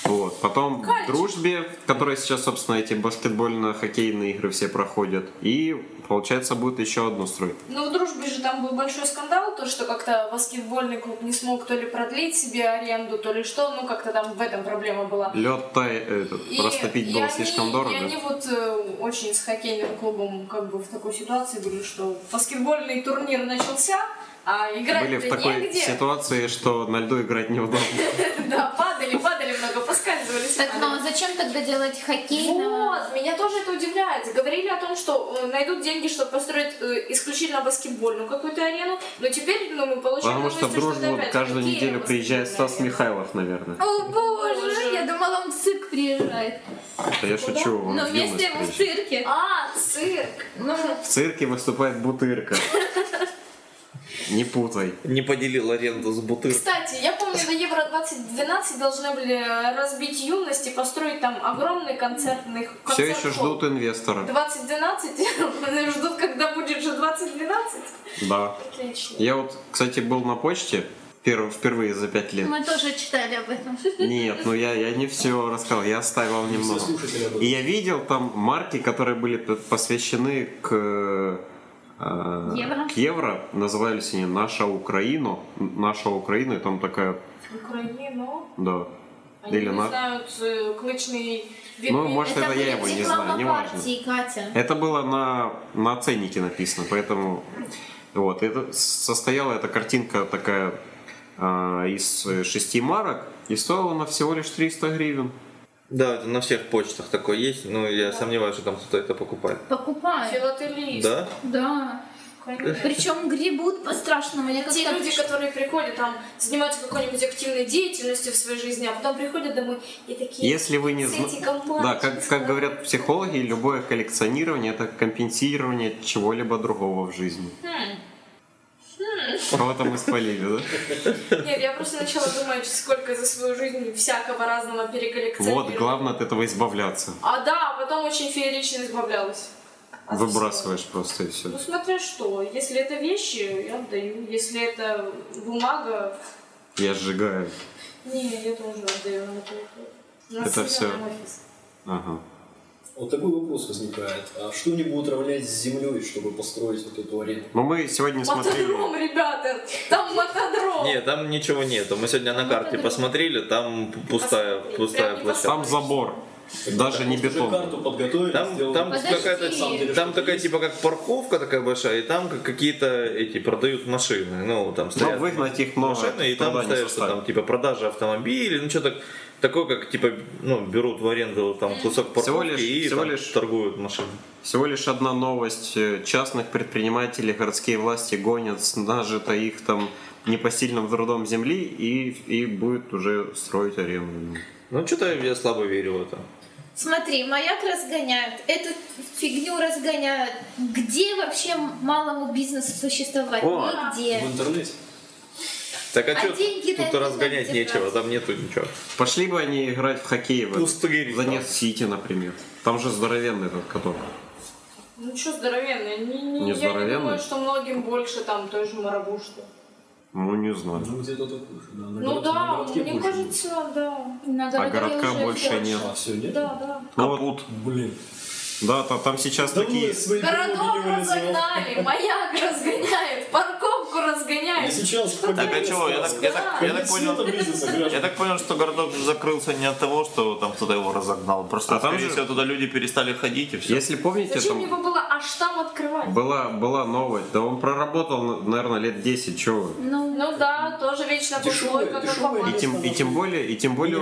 Speaker 1: Вот. Потом в Дружбе, в которой сейчас, собственно, эти баскетбольно-хоккейные игры все проходят. И, получается, будет еще одну строить.
Speaker 5: Ну, в Дружбе же там был большой скандал, то, что как-то баскетбольный клуб не смог то ли продлить себе аренду, то ли что, ну, как-то там в этом проблема была.
Speaker 1: Лед растопить было слишком дорого.
Speaker 5: И они вот очень с хоккейным клубом как бы в такой ситуации были, что баскетбольный турнир начался, а играть-то
Speaker 1: Были в такой
Speaker 5: негде.
Speaker 1: ситуации, что на льду играть неудобно.
Speaker 5: Да, падали много, поскальзывались.
Speaker 3: Так, ну а зачем тогда делать хоккейного?
Speaker 5: Вот, меня тоже это удивляет. Говорили о том, что найдут деньги, чтобы построить исключительно баскетбольную какую-то арену, но теперь мы получаем
Speaker 1: Потому что в
Speaker 5: новости,
Speaker 1: Дружбу
Speaker 5: опять
Speaker 1: каждую
Speaker 5: хоккейная
Speaker 1: неделю приезжает Стас
Speaker 5: баскетбольная
Speaker 1: Михайлов, наверное.
Speaker 3: О боже, я думала, он в цирк приезжает.
Speaker 1: Да я шучу, он
Speaker 3: Но
Speaker 1: в
Speaker 3: вместе
Speaker 1: юность
Speaker 3: ему в
Speaker 1: приезжает.
Speaker 3: цирке.
Speaker 5: А, цирк. Ну,
Speaker 1: В цирке выступает Бутырка. Не путай.
Speaker 4: Не поделил аренду с Бутыркой.
Speaker 5: кстати, я помню, до Евро 2012 должны были разбить юность и построить там огромный концертный
Speaker 1: Все еще
Speaker 5: концерт-холл.
Speaker 1: ждут инвестора.
Speaker 5: 2012? Ждут, когда будет же 2012?
Speaker 1: Да.
Speaker 5: Отлично.
Speaker 1: Я вот, кстати, был на почте впервые за 5 лет.
Speaker 3: Мы тоже читали об этом.
Speaker 1: Нет, ну я не все рассказал, я оставил
Speaker 2: Все
Speaker 1: немного.
Speaker 2: слушатели об этом.
Speaker 1: И я видел там марки, которые были посвящены к евро. Назывались они «Наша Украина». «Наша Украина», и там такая,
Speaker 5: Украину.
Speaker 1: да.
Speaker 5: Они
Speaker 1: Или
Speaker 5: не
Speaker 1: на...
Speaker 5: знают клычный вид.
Speaker 1: Ну, может, это я его
Speaker 3: будет
Speaker 1: не знаю,
Speaker 3: реклама
Speaker 1: неважно.
Speaker 3: партии, Катя.
Speaker 1: Это было на ценнике написано, поэтому... Вот, это состояла эта картинка такая из 6 марок, и стоила она всего лишь 300 гривен.
Speaker 4: Да, это на всех почтах такое есть, но я сомневаюсь, что там кто-то это покупает.
Speaker 3: Покупай.
Speaker 5: Филателист.
Speaker 4: Да?
Speaker 3: Да.
Speaker 5: Конечно.
Speaker 3: Причем гребут по-страшному. Я
Speaker 5: Те
Speaker 3: как-то...
Speaker 5: люди, которые приходят, там, занимаются какой-нибудь активной деятельностью в своей жизни, а потом приходят домой и такие...
Speaker 1: Если вы не знаете... Да, как говорят психологи, любое коллекционирование – это компенсирование чего-либо другого в жизни. Кого-то мы спалили, да?
Speaker 5: Нет, я просто начала думать, сколько за свою жизнь всякого разного переколлекционировала.
Speaker 1: Вот, главное от этого избавляться.
Speaker 5: А да, потом очень феерично избавлялась. от
Speaker 1: Выбрасываешь просто и все.
Speaker 5: всего. Ну, смотря что. Если это вещи, я отдаю. Если это бумага...
Speaker 1: Я сжигаю.
Speaker 5: Не, я тоже отдаю на это.
Speaker 1: Это всё. Ага.
Speaker 2: Вот такой вопрос возникает. А что они будут равнять с землей, чтобы построить вот эту арену?
Speaker 1: Но мы сегодня смотрели...
Speaker 5: Мотодром, ребята! Там мотодром!
Speaker 4: Нет, там ничего нету. Мы сегодня на карте посмотрели, там пустая площадка.
Speaker 1: Там забор. Даже не
Speaker 2: Уже
Speaker 1: бетон.
Speaker 2: карту подготовили,
Speaker 4: Там
Speaker 2: сделали.
Speaker 4: какая-то,
Speaker 2: На самом деле,
Speaker 4: там
Speaker 2: что
Speaker 4: такая
Speaker 2: есть.
Speaker 4: типа как парковка такая большая, и там какие-то эти продают машины. Ну, там
Speaker 1: Но
Speaker 4: стоят
Speaker 1: выгнать их много
Speaker 4: машины, и там
Speaker 1: труда не
Speaker 4: стоят, что
Speaker 1: составит.
Speaker 4: там типа продажа автомобилей, ну что-то такое, как типа, ну, берут в аренду там кусок парковки
Speaker 1: Всего
Speaker 4: и
Speaker 1: лишь-
Speaker 4: там торгуют машины.
Speaker 1: Всего лишь одна новость. Частных предпринимателей городские власти гонят с нажито их там непосильным трудом земли и будет уже строить арену.
Speaker 4: Ну, что-то я слабо верю в это.
Speaker 3: Смотри, маяк разгоняют, эту фигню разгоняют. Где вообще малому бизнесу существовать?
Speaker 1: О!
Speaker 3: Нигде.
Speaker 2: В интернете.
Speaker 4: Так а
Speaker 3: А
Speaker 4: что
Speaker 3: деньги-то
Speaker 4: тут
Speaker 3: это
Speaker 4: разгонять
Speaker 3: знаете,
Speaker 4: нечего,
Speaker 3: брать.
Speaker 4: там нету ничего.
Speaker 1: Пошли бы они играть в хоккей в
Speaker 4: Пустырь.
Speaker 1: Донецк-Сити, например. Там же здоровенный этот каток.
Speaker 5: Ну что здоровенный?
Speaker 1: Не
Speaker 5: Я не
Speaker 1: здоровенный?
Speaker 5: думаю, что многим больше там той же Марабушки.
Speaker 1: Ну, не знаю.
Speaker 2: Ну, где-то так больше, да. На
Speaker 5: Ну
Speaker 2: город-
Speaker 5: да,
Speaker 2: на городке
Speaker 5: мне
Speaker 2: больше
Speaker 5: кажется, да.
Speaker 3: На
Speaker 1: А
Speaker 3: городке
Speaker 1: городка
Speaker 3: уже
Speaker 1: больше
Speaker 3: всё.
Speaker 1: нет.
Speaker 2: будет. А, все, нет?
Speaker 5: Да.
Speaker 1: Ну, вот,
Speaker 4: Капут.
Speaker 2: Блин.
Speaker 1: да, там сейчас
Speaker 2: Давно
Speaker 1: такие...
Speaker 2: я свои
Speaker 5: Городок
Speaker 2: дороги не вылезал.
Speaker 5: разогнали, маяк разгоняет, парковку
Speaker 2: Я
Speaker 5: разгоняет.
Speaker 2: сейчас
Speaker 4: Так а чего? Я так понял,
Speaker 2: понял.
Speaker 4: я так понял, что городок же закрылся не от того, что там кто-то его разогнал. Просто,
Speaker 1: А там
Speaker 4: скорее
Speaker 1: же-
Speaker 4: всего, туда люди перестали ходить и все.
Speaker 1: Если помните,
Speaker 5: Зачем
Speaker 1: там
Speaker 5: его было аж там открывать?
Speaker 1: была новость. Да он проработал, наверное, лет 10, чего вы.
Speaker 5: Ну да, тоже вечно пустой, как
Speaker 2: дешевый.
Speaker 5: попало.
Speaker 1: И тем более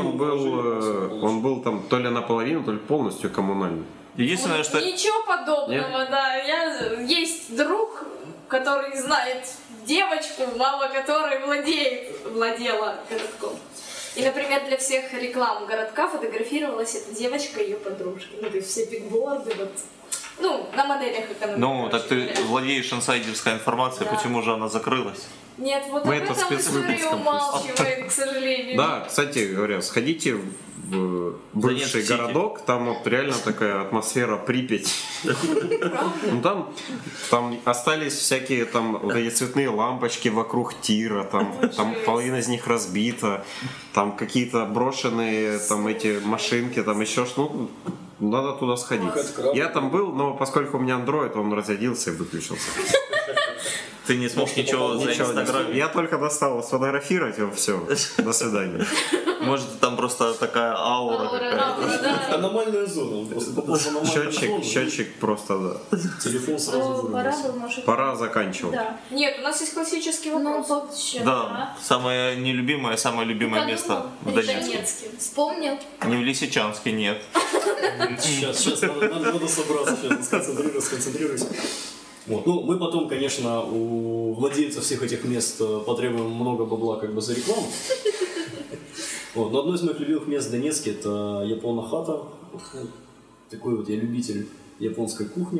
Speaker 1: он был там то ли наполовину, то ли полностью коммунальный.
Speaker 4: Единственное, что...
Speaker 5: Ничего подобного, да. Есть друг, который знает девочку, мама которой владела городком. И, например, для всех реклам городка фотографировалась эта девочка и ее подружки. Ну, то есть все бигборды, вот. Ну, на моделях экономики.
Speaker 4: Ну, так ты
Speaker 5: короче говоря.
Speaker 4: владеешь инсайдерской информацией,
Speaker 5: Да.
Speaker 4: почему же она закрылась?
Speaker 5: Нет, вот
Speaker 1: Мы
Speaker 5: об
Speaker 1: это
Speaker 5: этом история
Speaker 1: спецвыпуском
Speaker 5: умалчивает, к сожалению.
Speaker 1: Да, кстати говоря, сходите в бывший
Speaker 4: Донецк-Сити.
Speaker 1: городок, там вот реально такая атмосфера Припять. Ну там остались всякие там вот эти цветные лампочки вокруг тира, там половина из них разбита, там какие-то брошенные там эти машинки, там еще что, ну, надо туда сходить. Я там был, но поскольку у меня Android, он разрядился и выключился.
Speaker 4: Ты не смог ничего
Speaker 1: Ничего не
Speaker 4: заинстаграмить.
Speaker 1: Я только достал сфотографировать его, все, до свидания.
Speaker 4: Может, там просто такая аура какая-то.
Speaker 5: Да.
Speaker 2: Аномальная зона. Он просто попал в аномальную зону,
Speaker 1: Счетчик просто, да.
Speaker 2: и телефон сразу
Speaker 3: Ну, пора
Speaker 2: вырубился.
Speaker 3: бы, может...
Speaker 1: Пора заканчивать.
Speaker 3: Да.
Speaker 5: Нет, у нас есть классический
Speaker 3: Ну,
Speaker 5: вопрос.
Speaker 3: вообще,
Speaker 4: Да, самое нелюбимое, самое любимое место в Донецке.
Speaker 5: Донецкий.
Speaker 3: Вспомнил.
Speaker 4: Не в Лисичанске, нет.
Speaker 2: Сейчас надо собраться, сейчас сконцентрируйся. Вот. Ну, мы потом, конечно, у владельцев всех этих мест потребуем много бабла как бы за рекламу. Вот. Но одно из моих любимых мест в Донецке – это Япона-хата. Такой вот я любитель японской кухни.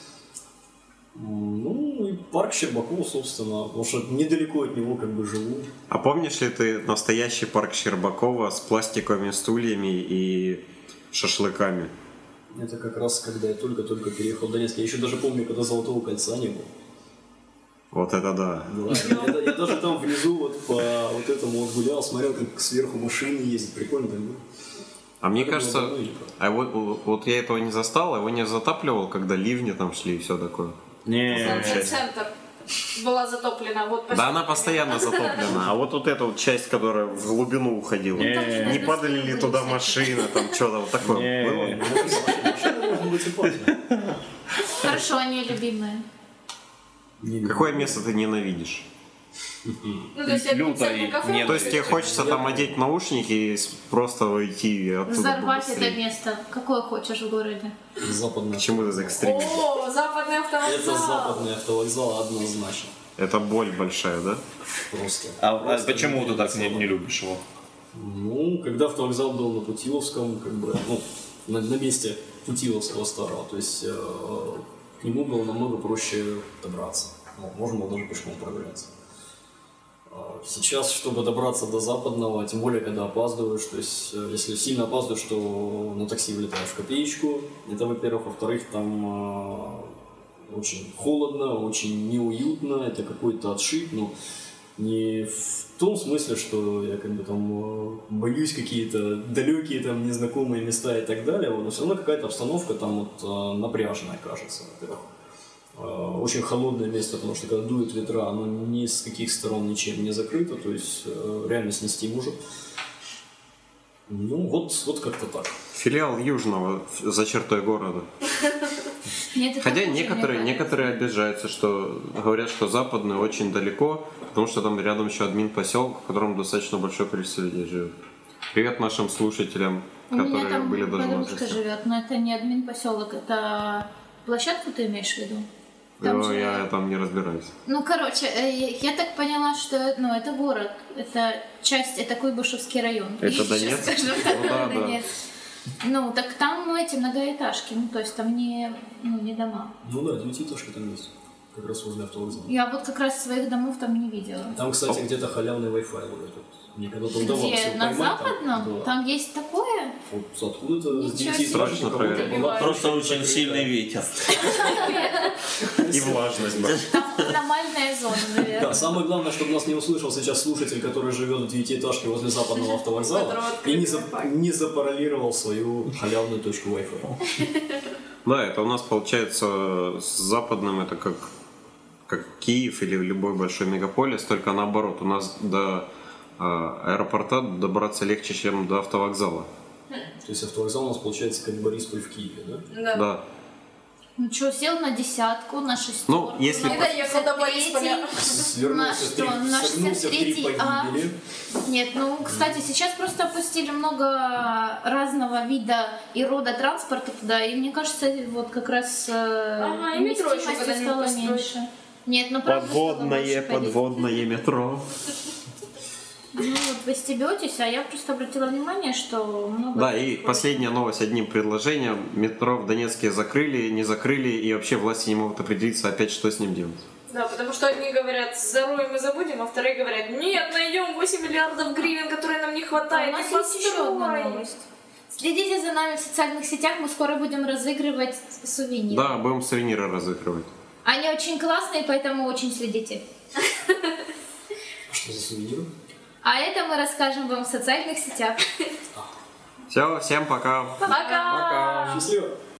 Speaker 2: Ну, и парк Щербакова, собственно, потому что недалеко от него как бы живу.
Speaker 1: А помнишь ли ты настоящий парк Щербакова с пластиковыми стульями и шашлыками?
Speaker 2: Это как раз когда я только-только переехал в Донецк. Я еще даже помню, когда Золотого кольца не было.
Speaker 1: Вот это да.
Speaker 2: Да, я даже там внизу вот по вот этому вот гулял, смотрел, как сверху машины ездят. Прикольно так было.
Speaker 1: А мне
Speaker 2: Это было
Speaker 1: кажется,
Speaker 2: давно, Илька.
Speaker 1: а вот я этого не застал, его не затапливал, когда ливни там шли и все такое.
Speaker 5: Центр была затоплена. Вот
Speaker 1: Да, она постоянно затоплена. А вот это вот часть, которая в глубину уходила. Не падали ли туда машины, там что-то вот такое было?
Speaker 2: Машина может быть опасна.
Speaker 3: Хорошо, они любимые.
Speaker 1: Какое место ты ненавидишь?
Speaker 5: Ну, то есть
Speaker 4: Люто
Speaker 5: центр
Speaker 4: и
Speaker 5: кафе.
Speaker 4: нет.
Speaker 1: То есть тебе хочется там одеть наушники и просто уйти оттуда
Speaker 3: Взорвать это
Speaker 1: побыстрее?
Speaker 3: место. Какое хочешь в городе?
Speaker 2: Западная.
Speaker 1: Почему ты так стремишься?
Speaker 5: О, западный автовокзал.
Speaker 2: Это западный автовокзал однозначно.
Speaker 1: Это боль большая, да?
Speaker 2: Просто.
Speaker 4: А почему ты так не любишь его?
Speaker 2: Ну, когда автовокзал был на Путиловском, как бы, ну, на месте Путиловского старого, то есть к нему было намного проще добраться. Ну, можно было даже пешком прогуляться. Сейчас, чтобы добраться до Западного, тем более, когда опаздываешь, то есть, если сильно опаздываешь, то на такси влетаешь в копеечку, это, во-первых. Во-вторых, там очень холодно, очень неуютно, это какой-то отшиб, ну, не в том смысле, что я как бы там боюсь какие-то далекие там незнакомые места и так далее, но все равно какая-то обстановка там вот напряженная, кажется, во-первых. Очень холодное место, потому что когда дует ветра, оно ни с каких сторон ничем не закрыто, то есть реально снести может. Ну вот как-то так.
Speaker 1: Филиал Южного за чертой города.
Speaker 3: Нет, это
Speaker 1: Хотя
Speaker 3: хуже, мне кажется.
Speaker 1: некоторые обижаются, что говорят, что Западный очень далеко, потому что там рядом еще админ поселок, в котором достаточно большое количество людей живет. Привет нашим слушателям,
Speaker 3: У меня
Speaker 1: которые
Speaker 3: там
Speaker 1: были даже на
Speaker 3: подружка
Speaker 1: гости.
Speaker 3: живет, но это не админ поселок, это площадку ты имеешь в виду? Там же-
Speaker 1: Я там не разбираюсь.
Speaker 3: Ну, короче, я так поняла, что это город, это часть, это Куйбышевский район.
Speaker 1: Это
Speaker 3: Ещё
Speaker 1: Донецк?
Speaker 3: скажу,
Speaker 1: Ну да, да.
Speaker 3: Донецк. Ну, так там эти многоэтажки, ну, то есть там не дома.
Speaker 2: Ну да, девятиэтажки там есть, как раз возле автовокзала.
Speaker 3: Я вот как раз своих домов там не видела.
Speaker 2: Там, кстати, где-то халявный Wi-Fi вот этот. Мне когда-то удавалось
Speaker 3: Где?
Speaker 2: его
Speaker 3: На
Speaker 2: поймать там.
Speaker 3: Западном?
Speaker 2: Да.
Speaker 3: Там есть такое?
Speaker 2: Вот откуда-то с
Speaker 3: Ничего себе.
Speaker 2: 9
Speaker 1: Страшно проверять.
Speaker 4: Просто очень сильный ветер.
Speaker 1: И влажность, да.
Speaker 3: Там аномальная зона,
Speaker 2: Да,
Speaker 3: наверное.
Speaker 2: самое главное, чтобы нас не услышал сейчас слушатель, который живет в девятиэтажке возле западного автовокзала
Speaker 5: Которого
Speaker 2: и
Speaker 5: открыт
Speaker 2: не запараллировал свою халявную точку Wi-Fi.
Speaker 1: Да, это у нас получается с Западным это как Киев или любой большой мегаполис, только наоборот. У нас до аэропорта добраться легче, чем до автовокзала.
Speaker 2: То есть автовокзал у нас получается как Борисполь в Киеве, да?
Speaker 5: Да.
Speaker 1: Да.
Speaker 3: Ну что, сел на десятку, на шестерку.
Speaker 1: Ну, если
Speaker 3: на
Speaker 5: И доехал до
Speaker 3: 63-й.
Speaker 5: Борисполя.
Speaker 2: Свернулся в три,
Speaker 3: На
Speaker 2: согнулся в три
Speaker 3: 63-й,
Speaker 2: погибели.
Speaker 3: Нет, ну, кстати, сейчас просто опустили много разного вида и рода транспорта туда, и мне кажется, вот как раз
Speaker 5: Ага, и метро еще
Speaker 3: вместимости
Speaker 5: когда-нибудь
Speaker 3: стало
Speaker 5: построить.
Speaker 3: меньше. Нет, ну правда стало больше ходить.
Speaker 1: подводное метро.
Speaker 3: Ну вот вы стебетесь, а я просто обратила внимание, что много...
Speaker 1: Да, и последняя новость одним предложением. Метро в Донецке закрыли, не закрыли, и вообще власти не могут определиться опять, что с ним делать.
Speaker 5: Да, потому что одни говорят, зароем и забудем, а вторые говорят, нет, найдем 8 миллиардов гривен, которые нам не хватает,
Speaker 3: У
Speaker 5: и
Speaker 3: нас есть еще одна
Speaker 5: построим.
Speaker 3: новость. Следите за нами в социальных сетях, мы скоро будем разыгрывать сувениры.
Speaker 1: Да, будем сувениры разыгрывать.
Speaker 3: Они очень классные, поэтому очень следите.
Speaker 2: Что за сувениры?
Speaker 3: А это мы расскажем вам в социальных сетях.
Speaker 1: Все, всем пока.
Speaker 5: Пока!
Speaker 2: Счастливо!